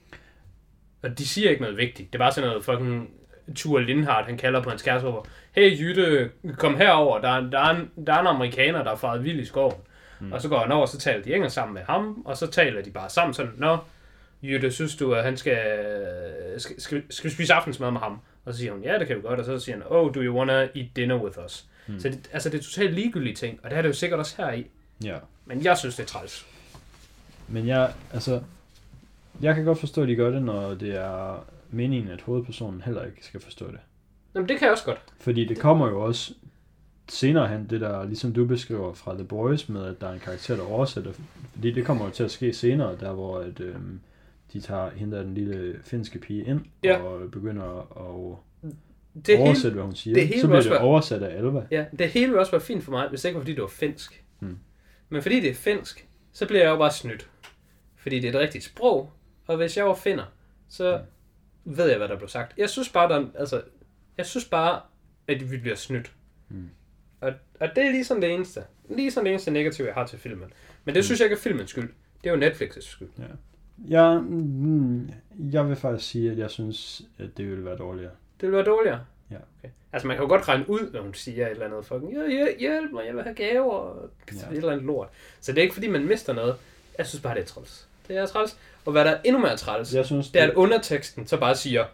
Og de siger ikke noget vigtigt. Det er bare sådan noget fucking Ture Lindhardt, han kalder på hans kæreste over. Hey Jytte, kom herover. Der er, der, er en, der er en amerikaner, der er faret vild i skoven. Mm. Og så går han over, og så taler de engelsk sammen med ham, og så taler de bare sammen sådan, nå, Jytte, synes du, at han skal, skal, skal, skal vi spise aftensmad med ham? Og så siger hun, ja, det kan vi godt, og så siger han, oh, do you wanna eat dinner with us? Mm. Så det, altså, det er totalt ligegyldige ting, og det er det jo sikkert også her i. Ja. Men jeg synes, det er træls. Men jeg, altså, jeg kan godt forstå, at de gør det, når det er meningen, at hovedpersonen heller ikke skal forstå det. Jamen, det kan jeg også godt. Fordi det kommer jo også senere hen, det der, ligesom du beskriver fra The Boys, med at der er en karakter, der oversætter, fordi det kommer jo til at ske senere, der hvor at, øhm, de tager hende der den lille finske pige ind, ja. Og begynder at det oversætte, hele, hvad hun siger. Det så bliver det være, oversat af Alva. Ja, det hele vil også være fint for mig, hvis det ikke var, fordi det var finsk. Hmm. Men fordi det er finsk, så bliver jeg jo bare snydt. Fordi det er et rigtigt sprog, og hvis jeg var finder, så hmm. ved jeg, hvad der blev sagt. Jeg synes bare, der, altså, jeg synes bare, at vi bliver snydt. Hmm. Og, og det er ligesom det eneste. Ligesom det eneste negative, jeg har til filmen. Men det mm. synes jeg ikke er filmens skyld. Det er jo Netflix' skyld. Ja. Jeg, mm, jeg vil faktisk sige, at jeg synes, at det ville være dårligere. Det ville være dårligere? Ja. Okay. Altså man kan jo godt regne ud, når hun siger et eller andet fucking, ja, hjælp mig, jeg vil have gaver, og ja. Et eller andet lort. Så det er ikke fordi, man mister noget. Jeg synes bare, det er træls. Det er træls. Og hvad der er endnu mere træls, jeg synes, det er, at underteksten så bare siger,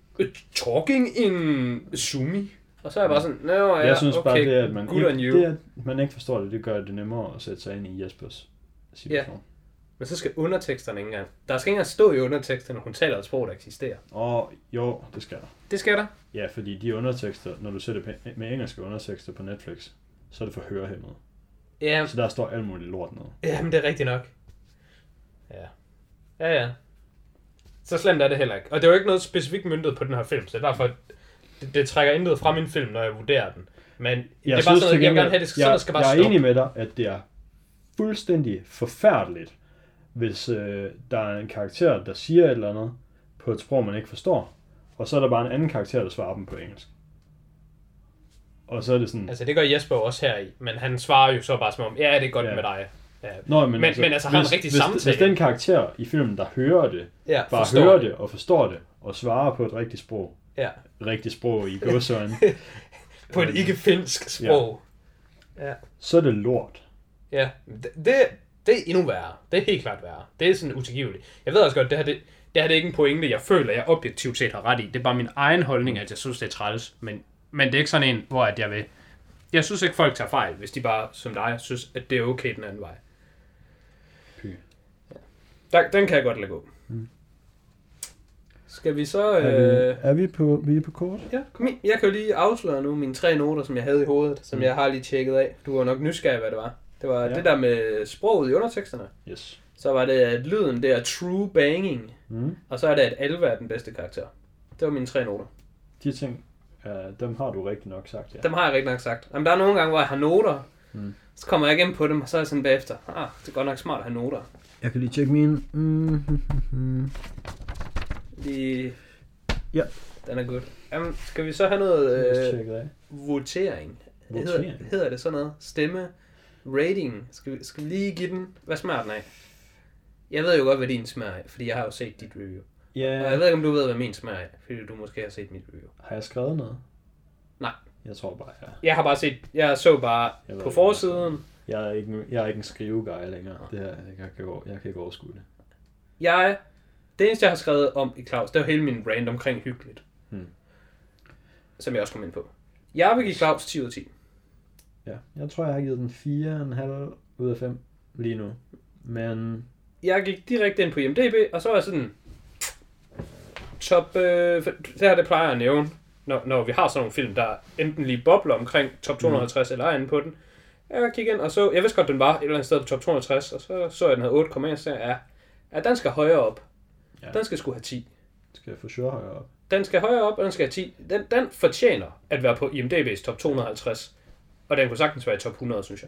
talking in Sumi. Og så er jeg bare sådan, nej, ja, jeg synes okay, bare, det, at man, ikke, det, at man ikke forstår det, det gør det nemmere at sætte sig ind i Jespers situation. Ja. Men så skal underteksterne ikke engang. Der skal ikke engang stå i underteksterne, når hun taler et sprog, der eksisterer. Åh, oh, jo, det skal der. Det skal der? Ja, fordi de undertekster, når du sætter med engelske undertekster på Netflix, så er det for hørehæmmet. Ja. Så der står alt muligt lort ned. Ja, men det er rigtigt nok. Ja. Ja, ja. Så slemt er det heller ikke. Og det er jo ikke noget specifikt møntet på den her film, så derfor det, det trækker intet fra min film, når jeg vurderer den. Men jeg det er bare sådan, at jeg vil gerne have, det sådan, jeg, skal bare Jeg er stoppe. enig med dig, at det er fuldstændig forfærdeligt, hvis øh, der er en karakter, der siger et eller andet på et sprog, man ikke forstår, og så er der bare en anden karakter, der svarer dem på engelsk. Og så er det sådan... Altså det gør Jesper også her i, men han svarer jo så bare som om, ja, det er godt ja. Med dig. Ja. Nå, men, men, altså, men altså har hvis, en rigtig hvis, samtale. Hvis den karakter i filmen, der hører det, ja, bare hører det. det og forstår det, og svarer på et rigtigt sprog, ja. rigtigt sprog i gåseøjne, på et ikke-finsk sprog, ja. Ja. så er det lort. Ja, det, det, det er endnu værre. Det er helt klart værre. Det er sådan utilgiveligt. Jeg ved også godt, det her det, det her det er ikke en pointe, jeg føler, jeg objektivt set har ret i. Det er bare min egen holdning, at jeg synes, det er træls. Men, men det er ikke sådan en, hvor at jeg vil... Jeg synes ikke, folk tager fejl, hvis de bare, som dig, synes, at det er okay den anden vej. Py. Der, den kan jeg godt lade gå. Mm. Skal vi så... Øh... Er, vi, er vi på, vi er på kort? Ja, kom ind. Jeg kan jo lige afsløre nu mine tre noter, som jeg havde i hovedet, som mm. jeg har lige tjekket af. Du var nok nysgerrig, hvad det var. Det var ja. det der med sproget i underteksterne. Yes. Så var det, at lyden det er true banging. Mm. Og så er det, at Alva er den bedste karakter. Det var mine tre noter. De ting, uh, dem har du rigtig nok sagt, ja. Dem har jeg rigtig nok sagt. Jamen, der er nogle gange, hvor jeg har noter, mm. så kommer jeg igen på dem, og så er jeg sådan bagefter. Ah, det er godt nok smart at have noter. Jeg kan lige tjekke mine. Mm-hmm. Lige... Ja. Den er god. Jamen, skal vi så have noget øh, votering? Votering? Hedder, hedder det sådan noget? Stemme? Rating? Skal vi, skal vi lige give den? Hvad smager den af? Jeg ved jo godt, hvad din smager af, fordi jeg har jo set dit review. Ja. Yeah. Og jeg ved ikke, om du ved, hvad min smager af, fordi du måske har set mit review. Har jeg skrevet noget? Nej. Jeg tror bare, jeg... Jeg har bare set... Jeg så bare jeg på forsiden... Jeg er ikke, jeg er ikke en skriveguy længere. Det her, jeg, kan, jeg kan ikke overskue det. Jeg... Det eneste, jeg har skrevet om i Claus, det var hele min brand omkring hyggeligt. Hmm. Som jeg også kom ind på. Jeg vil give Claus ti ud af ti. Ja, jeg tror, jeg har givet den fire komma fem ud af fem lige nu. Men... Jeg gik direkte ind på I M D B, og så var jeg sådan... Top... Øh, det her, det plejer jeg at nævne, når, når vi har sådan nogle film, der enten lige bobler omkring top to hundrede og halvtreds, mm. eller er inde på den. Jeg kiggede ind, og så... Jeg vidste godt, den var et eller andet sted på top to hundrede og halvtreds, og så så jeg, den havde otte komma en, så ja, ja, den skal højere op. Ja. Den skal sgu have ti. Skal jeg for sure højere op? Den skal højere op, og den skal have ti. Den, den fortjener at være på I M D B's top to hundrede og halvtreds. Og den kunne sagtens være i top hundrede, synes jeg.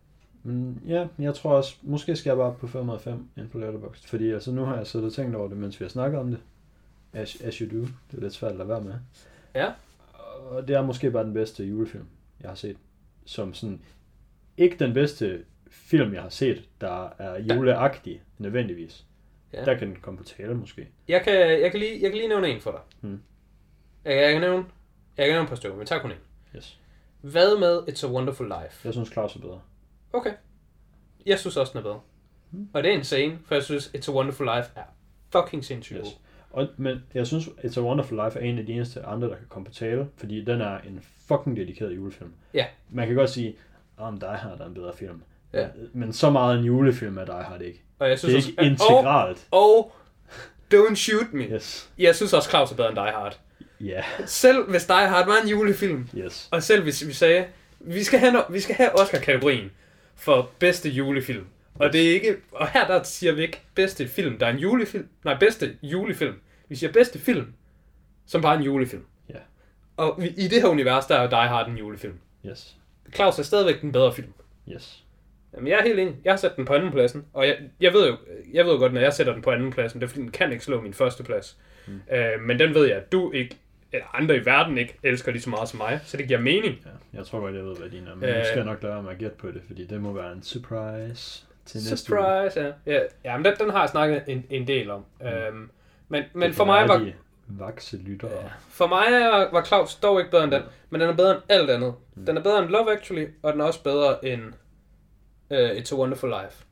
Men ja, jeg tror også, måske skal jeg bare på fem hundrede og fem ind på Letterboxd. Fordi altså, nu har jeg siddet og tænkt over det, mens vi har snakket om det. As, as you do. Det er lidt svært at lade være med. Ja. Og det er måske bare den bedste julefilm, jeg har set. Som sådan, ikke den bedste film, jeg har set, der er juleagtig, nødvendigvis. Ja. Der kan den komme på tale, måske. Jeg kan, jeg kan, lige, jeg kan lige nævne en for dig. Hmm. Jeg, jeg, kan nævne, jeg kan nævne et par stykker, men tak kun en. Yes. Hvad med It's a Wonderful Life? Jeg synes, Claus er bedre. Okay. Jeg synes også, den er bedre. Hmm. Og det er insane, for jeg synes, It's a Wonderful Life er fucking sindssygt. Yes. Og, men jeg synes, It's a Wonderful Life er en af de eneste andre, der kan komme på tale, fordi den er en fucking dedikeret julefilm. Ja. Man kan godt sige, om Die Hard er en bedre film. Ja. Men så meget en julefilm er Die Hard ikke. Og jeg synes det er ikke også, integralt. Og, og don't shoot me. Yes. Jeg synes også, Claus er bedre end Die Hard. Ja. Yeah. Selv hvis Die Hard var en julefilm, yes. og selv hvis vi sagde, vi skal have, no- vi skal have Oscar-kategorien for bedste julefilm. Og yes. det er ikke, og her der siger vi ikke bedste film, der er en julefilm. Nej, bedste julefilm. Vi siger bedste film, som bare er en julefilm. Ja. Yeah. Og vi, i det her univers, der er Die Hard en julefilm. Yes. Claus er stadigvæk den bedre film. Yes. Jamen, jeg er helt enig. Jeg har sat den på anden pladsen, og jeg, jeg ved jo jeg ved jo godt, når jeg sætter den på anden pladsen, det er fordi, den kan ikke slå min første plads. Mm. Øh, men den ved jeg, at du ikke, eller andre i verden ikke, elsker lige så meget som mig, så det giver mening. Ja, jeg tror godt, jeg ved, hvad din er, men øh, nu skal jeg nok lade mig at gætte på det, fordi det må være en surprise til næste surprise, uge. ja. ja. Ja, men den, den har jeg snakket en, en del om. Mm. Øhm, men men for mig var... De vakse lyttere. Ja. For mig var, var Claus dog ikke bedre end den, men den er bedre end alt andet. Mm. Den er bedre end Love Actually, og den er også bedre end uh, It's a Wonderful Life.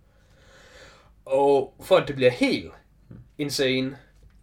Og for at det bliver helt mm. insane,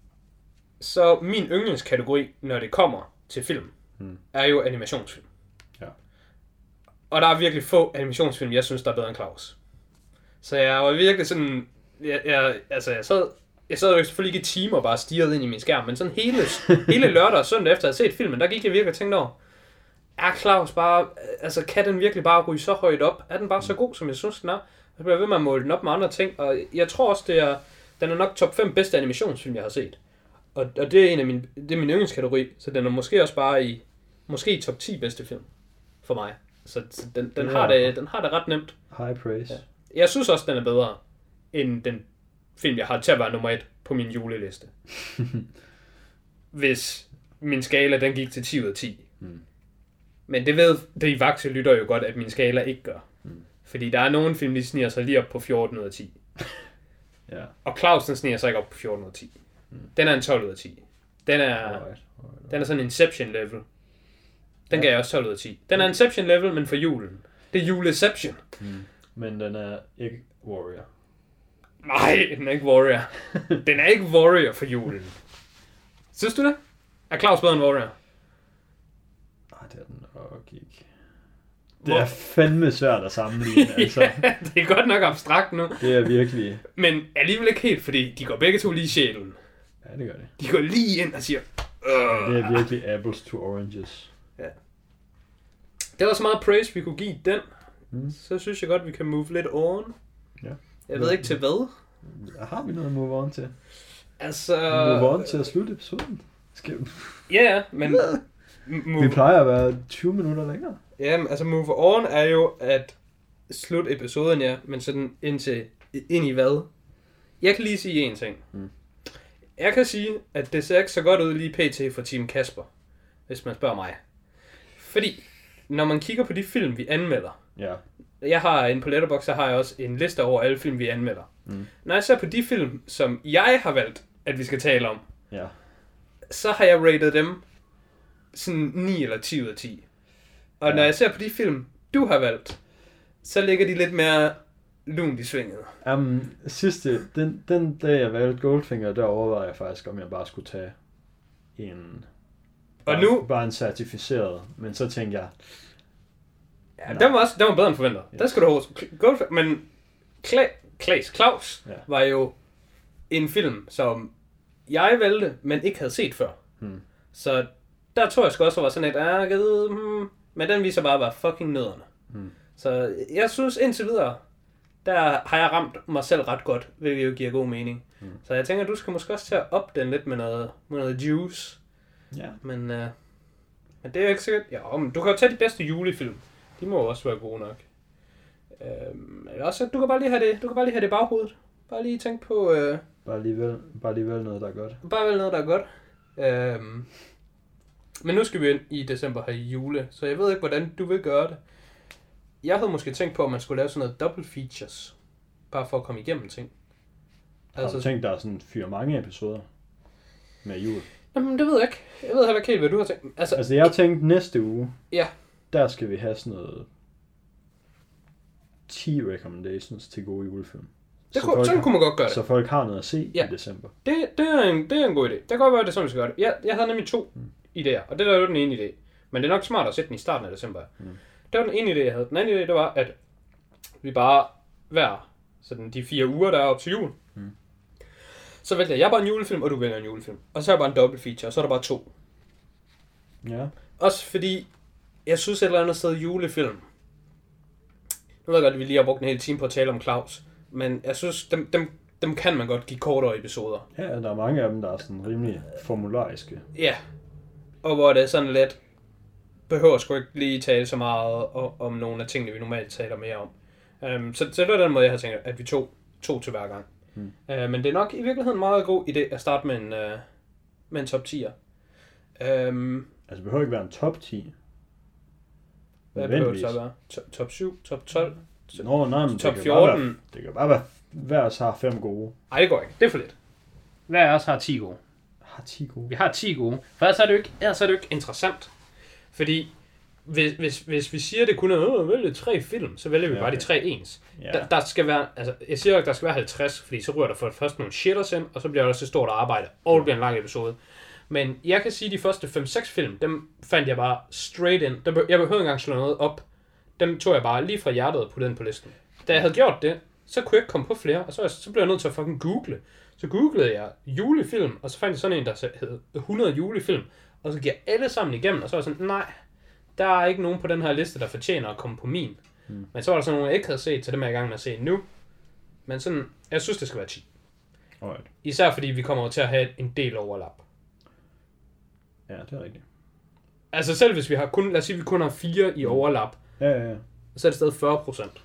så min yndlingskategori, når det kommer til film, mm. er jo animationsfilm. Ja. Og der er virkelig få animationsfilm, jeg synes, der er bedre end Claus. Så jeg var virkelig sådan... Jeg, jeg, altså, jeg sad... Jeg sad jo selvfølgelig ikke i timer og bare stirrede ind i min skærm, men sådan hele, hele lørdag og søndag efter at have set filmen, der gik jeg virkelig og tænkte over, er Claus bare, altså kan den virkelig bare ryge så højt op? Er den bare så god, som jeg synes, den er? Så bliver jeg ved med at måle den op med andre ting, og jeg tror også, det er, den er nok top fem bedste animationsfilm, jeg har set. Og, og det er en af mine, det er min yndlingskategori, så den er måske også bare i, måske i top ti bedste film for mig. Så, så den, den, har det, den har det ret nemt. High praise. Ja. Jeg synes også, den er bedre end den film, jeg har til at være nummer et på min juleliste. Hvis min skala, den gik til ti ud af ti. Mm. Men det ved det I vakse lytter jo godt, at min skala ikke gør. Mm. Fordi der er nogle film, de sniger sig lige op på fjorten ud af ti. Ja. Og Clausen sniger sig ikke op på fjorten ud af ti. Mm. Den er en tolv ud af ti. Den er, Alright. Alright. den er sådan en Inception level. Den Ja. gav jeg også tolv ud af ti. Den er Inception level, men for julen. Det er juleception. Mm. Men den er ikke Warrior. Nej, den er ikke Warrior. Den er ikke Warrior for julen. Synes du det? Er Claus bedre end Warrior? Nej, det er den nok ikke. Det er fandme svært at sammenligne, altså. Ja, det er godt nok abstrakt nu. Det er virkelig... Men alligevel ikke helt, fordi de går begge to lige i sjælen. Ja, det gør det. De går lige ind og siger... Ja, det er virkelig apples to oranges. Ja. Det var så meget praise, vi kunne give den. Mm. Så synes jeg godt, vi kan move lidt on. Ja. Jeg ved ikke til hvad. Har vi noget at move on til? Altså... Move on til at slutte episoden? Skal vi... Ja, ja, men... Move... Vi plejer at være tyve minutter længere. Ja, altså move on er jo at slutte episoden, ja, men sådan indtil, ind i hvad? Jeg kan lige sige en ting. Mm. Jeg kan sige, at det ser ikke så godt ud lige pt. For Team Kasper, hvis man spørger mig. Fordi, når man kigger på de film, vi anmelder, Ja. jeg har en på Letterboxd, så har jeg også en liste over alle film, vi anmelder. Mm. Når jeg ser på de film, som jeg har valgt, at vi skal tale om, Ja. så har jeg rated dem sådan ni eller ti ud af ti. Og ja. Når jeg ser på de film, du har valgt, så ligger de lidt mere lunt i svinget. Um, sidste, den, den dag jeg valgte Goldfinger, der overvejede jeg faktisk, om jeg bare skulle tage en... Og bare, nu... Bare en certificeret, men så tænkte jeg... Ja, den var, også, den var bedre end forventet. Yes. Der skal du huske. Goldfinger, men Kla, Klaas, Claus ja. Var jo en film, som jeg valgte, men ikke havde set før. Hmm. Så der tror jeg sgu også, var sådan et... Ah, gade, hmm, men den viser bare at være fucking nødderne. Hmm. Så jeg synes indtil videre, der har jeg ramt mig selv ret godt, hvilket jo giver god mening. Hmm. Så jeg tænker, at du skal måske også til at op den lidt med noget, med noget juice. Ja. Men, uh, men det er jo ikke sikkert... Ja, men du kan jo tage de bedste julefilm. De må jo også være gode nok. Øhm, eller også, du kan bare lige have det, du kan bare lige have det i baghovedet. Bare lige tænke på... Uh, bare lige vel, bare lige vel noget, der er godt. Bare vel noget, der er godt. Øhm, men nu skal vi ind i december have jule, så jeg ved ikke, hvordan du vil gøre det. Jeg havde måske tænkt på, at man skulle lave sådan noget double features. Bare for at komme igennem ting. Har altså, du tænkt, der er sådan fyre mange episoder med jul? Jamen, det ved jeg ikke. Jeg ved heller ikke helt, hvad du har tænkt. Altså, altså jeg har tænkt næste uge, ja. Der skal vi have sådan noget ti recommendations til gode julefilm. Det kunne, sådan har, kunne man godt gøre det. Så folk har noget at se ja. I december. Det, det, er en, det er en god idé. Det kan godt være, det er sådan, vi skal gøre det. Jeg, jeg havde nemlig to hmm. idéer, og det der er jo den ene idé. Men det er nok smart at sætte den i starten af december. Hmm. Det var den ene idé, jeg havde. Den anden idé, det var, at vi bare hver sådan de fire uger, der er op til jul, hmm. så vælger jeg bare en julefilm, og du vælger en julefilm. Og så er der bare en double feature, og så er der bare to. Ja. Også fordi, jeg synes et eller andet sted julefilm. Nu ved jeg godt, at vi lige har brugt en hel time på at tale om Claus. Men jeg synes, dem, dem, dem kan man godt give kortere episoder. Ja, der er mange af dem, der er sådan rimelig formulariske. Ja, og hvor det er sådan lidt, behøver sgu ikke lige tale så meget om, om nogle af tingene, vi normalt taler mere om. Um, så, så det var den måde, jeg har tænkt, at vi tog to til hver gang. Hmm. Uh, men det er nok i virkeligheden en meget god idé at starte med en, uh, med en top tier. Um, altså det behøver ikke være en top ti. Hvad behøver det så være? Top, top syv? Top tolv? Nå, nej, men top det fjorten? Være, det kan bare være, hver os har fem gode. Ej, det går ikke. Det er for lidt. Hver af os har ti gode. Har ti gode? Vi har ti gode. For ellers er det jo ikke, ellers er det jo ikke interessant. Fordi hvis, hvis, hvis vi siger, at det kun er at vælge tre film, så vælger vi ja, okay. bare de tre ens. Ja. Der, der skal være, altså, jeg siger jo ikke, der skal være halvtreds, fordi så ryger der for det første nogle shitters ind, og så bliver der også et stort arbejde, og det bliver en lang episode. Men jeg kan sige, at de første fem seks film, dem fandt jeg bare straight in. Jeg behøvede ikke engang slå noget op. Dem tog jeg bare lige fra hjertet og puttede ind på listen. Da jeg havde gjort det, så kunne jeg ikke komme på flere, og så, så blev jeg nødt til at fucking google. Så googlede jeg julefilm, og så fandt jeg sådan en, der hed hundrede julefilm, og så gik jeg alle sammen igennem, og så var jeg sådan, nej, der er ikke nogen på den her liste, der fortjener at komme på min. Hmm. Men så var der sådan nogle, jeg ikke havde set, så dem er jeg i gang med at se nu. Men sådan, jeg synes, det skal være ti. Alright. Især fordi vi kommer til at have en del overlap. Ja, det er rigtigt. Altså selv hvis vi har kun, lad os sige, vi kun har fire i overlap, ja, ja, ja. så er det stadig fyrre procent.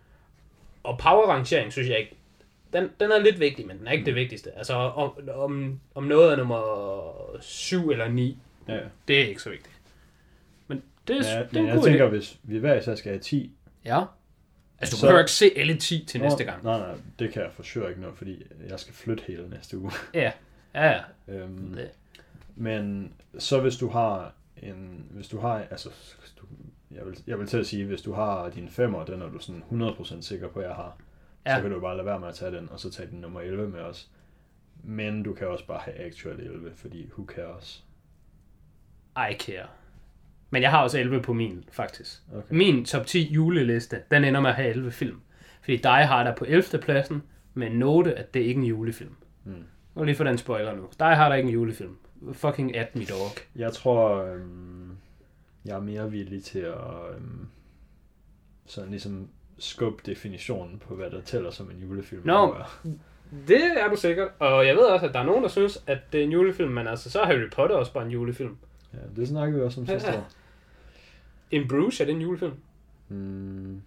Og power-rangering, synes jeg ikke, den, den er lidt vigtig, men den er ikke mm. det vigtigste. Altså om, om, om noget er nummer syv eller ni, ja. Det er ikke så vigtigt. Men det er, ja, det er en jeg god tænker, idé. Hvis vi hver især skal have ti, ja. Altså, du Så- behøver ikke se alle ti til næste gang. Nej, nej, det kan jeg for sure ikke nå, fordi jeg skal flytte hele næste uge. Ja, ja, ja. øhm, Det. men så hvis du har en, hvis du har, altså, du, jeg, vil, jeg vil til at sige, hvis du har din femmer, den er du sådan hundrede procent sikker på, at jeg har, Ja. så kan du bare lade være med at tage den, og så tage din nummer elleve med os. Men du kan også bare have actual elleve, fordi who cares? I care. Men jeg har også elleve på min, faktisk. Okay. Min top ti juleliste, den ender med at have elleve film. Fordi Die Hard er på ellevte pladsen, med en note, at det ikke er en julefilm. Hmm. Nu lige for den spoiler nu. Die Hard er ikke en julefilm. Fucking at me dog. Jeg tror, øhm, jeg er mere villig til at øhm, sådan ligesom skubbe definitionen på, hvad der tæller som en julefilm. Nå, det er du sikkert. Og jeg ved også, at der er nogen, der synes, at det er en julefilm, men altså, så er Harry Potter også bare en julefilm. Ja, det snakkede vi også om sidste år. In Bruges, er det en julefilm? Mm,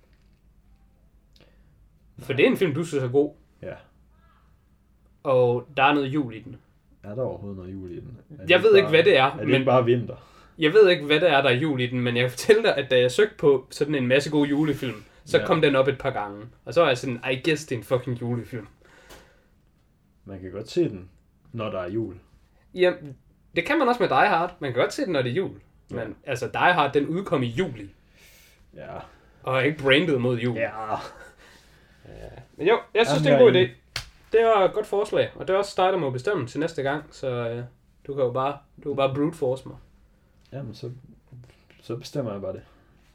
For det er en film, du synes er god. ja. Og der er noget jul i den. Er der overhovedet noget jul i den? Er Jeg ved ikke, hvad det er, Er det men- ikke bare vinter? Jeg ved ikke, hvad det er, der er jul i den, men jeg kan fortælle dig, at da jeg søgte på sådan en masse gode julefilm, så Ja. kom den op et par gange. Og så var jeg sådan, I guess det er en fucking julefilm. Man kan godt se den, når der er jul. Jamen, det kan man også med Die Hard. Man kan godt se den, når det er jul. Men Ja. altså, Die Hard, den udkom i juli. Ja. Og er ikke brandet mod jul. Ja. Men jo, jeg synes, Jamen, det er en god jeg er idé. Det var et godt forslag. Og det er også dig, der må bestemme til næste gang. Så øh, du kan jo bare, du kan bare brute force mig. Jamen, så, så bestemmer jeg bare det.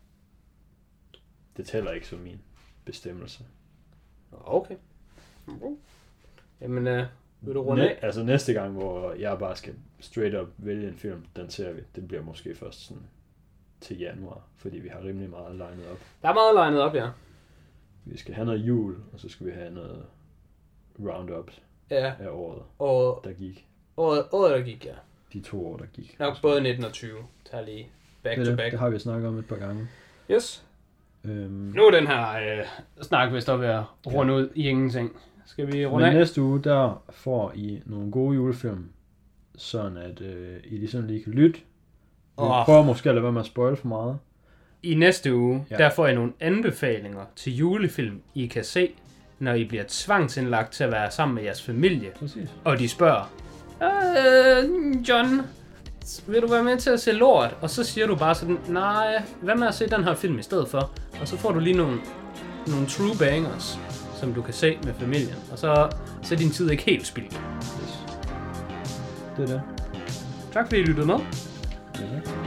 Det tæller ikke som min bestemmelse. Okay. Jamen, øh, vil du runde Næ- af? altså næste gang, hvor jeg bare skal straight up vælge en film, den ser vi. Det bliver måske først sådan til januar, fordi vi har rimelig meget legnet op. Der er meget legnet op, ja. Vi skal have noget jul, og så skal vi have noget roundup Ja, af året, og der gik. året, året der gik, ja. De to år, der gik. Nok både nitten og tyve. Tag lige back det, to det, back. det har vi snakket om et par gange. Yes. Øhm, Nu er den her øh, snak vist op ved at runde ud i ingenting. Skal vi runde Men af? næste uge, der får I nogle gode julefilm, sådan at øh, I ligesom lige kan lytte. Vi Åh. prøver måske at lade være med at spoil for meget. I næste uge, Ja. der får I nogle anbefalinger til julefilm, I kan se, når I bliver tvangsindlagt til at være sammen med jeres familie. Præcis. Og de spørger, øh, John, vil du være med til at se lort? Og så siger du bare sådan, nej, hvad med at se den her film i stedet for? Og så får du lige nogle, nogle true bangers, som du kan se med familien. Og så, så er din tid ikke helt spildt. Yes. Det er det. Tak fordi I lyttede med. Ja, tak.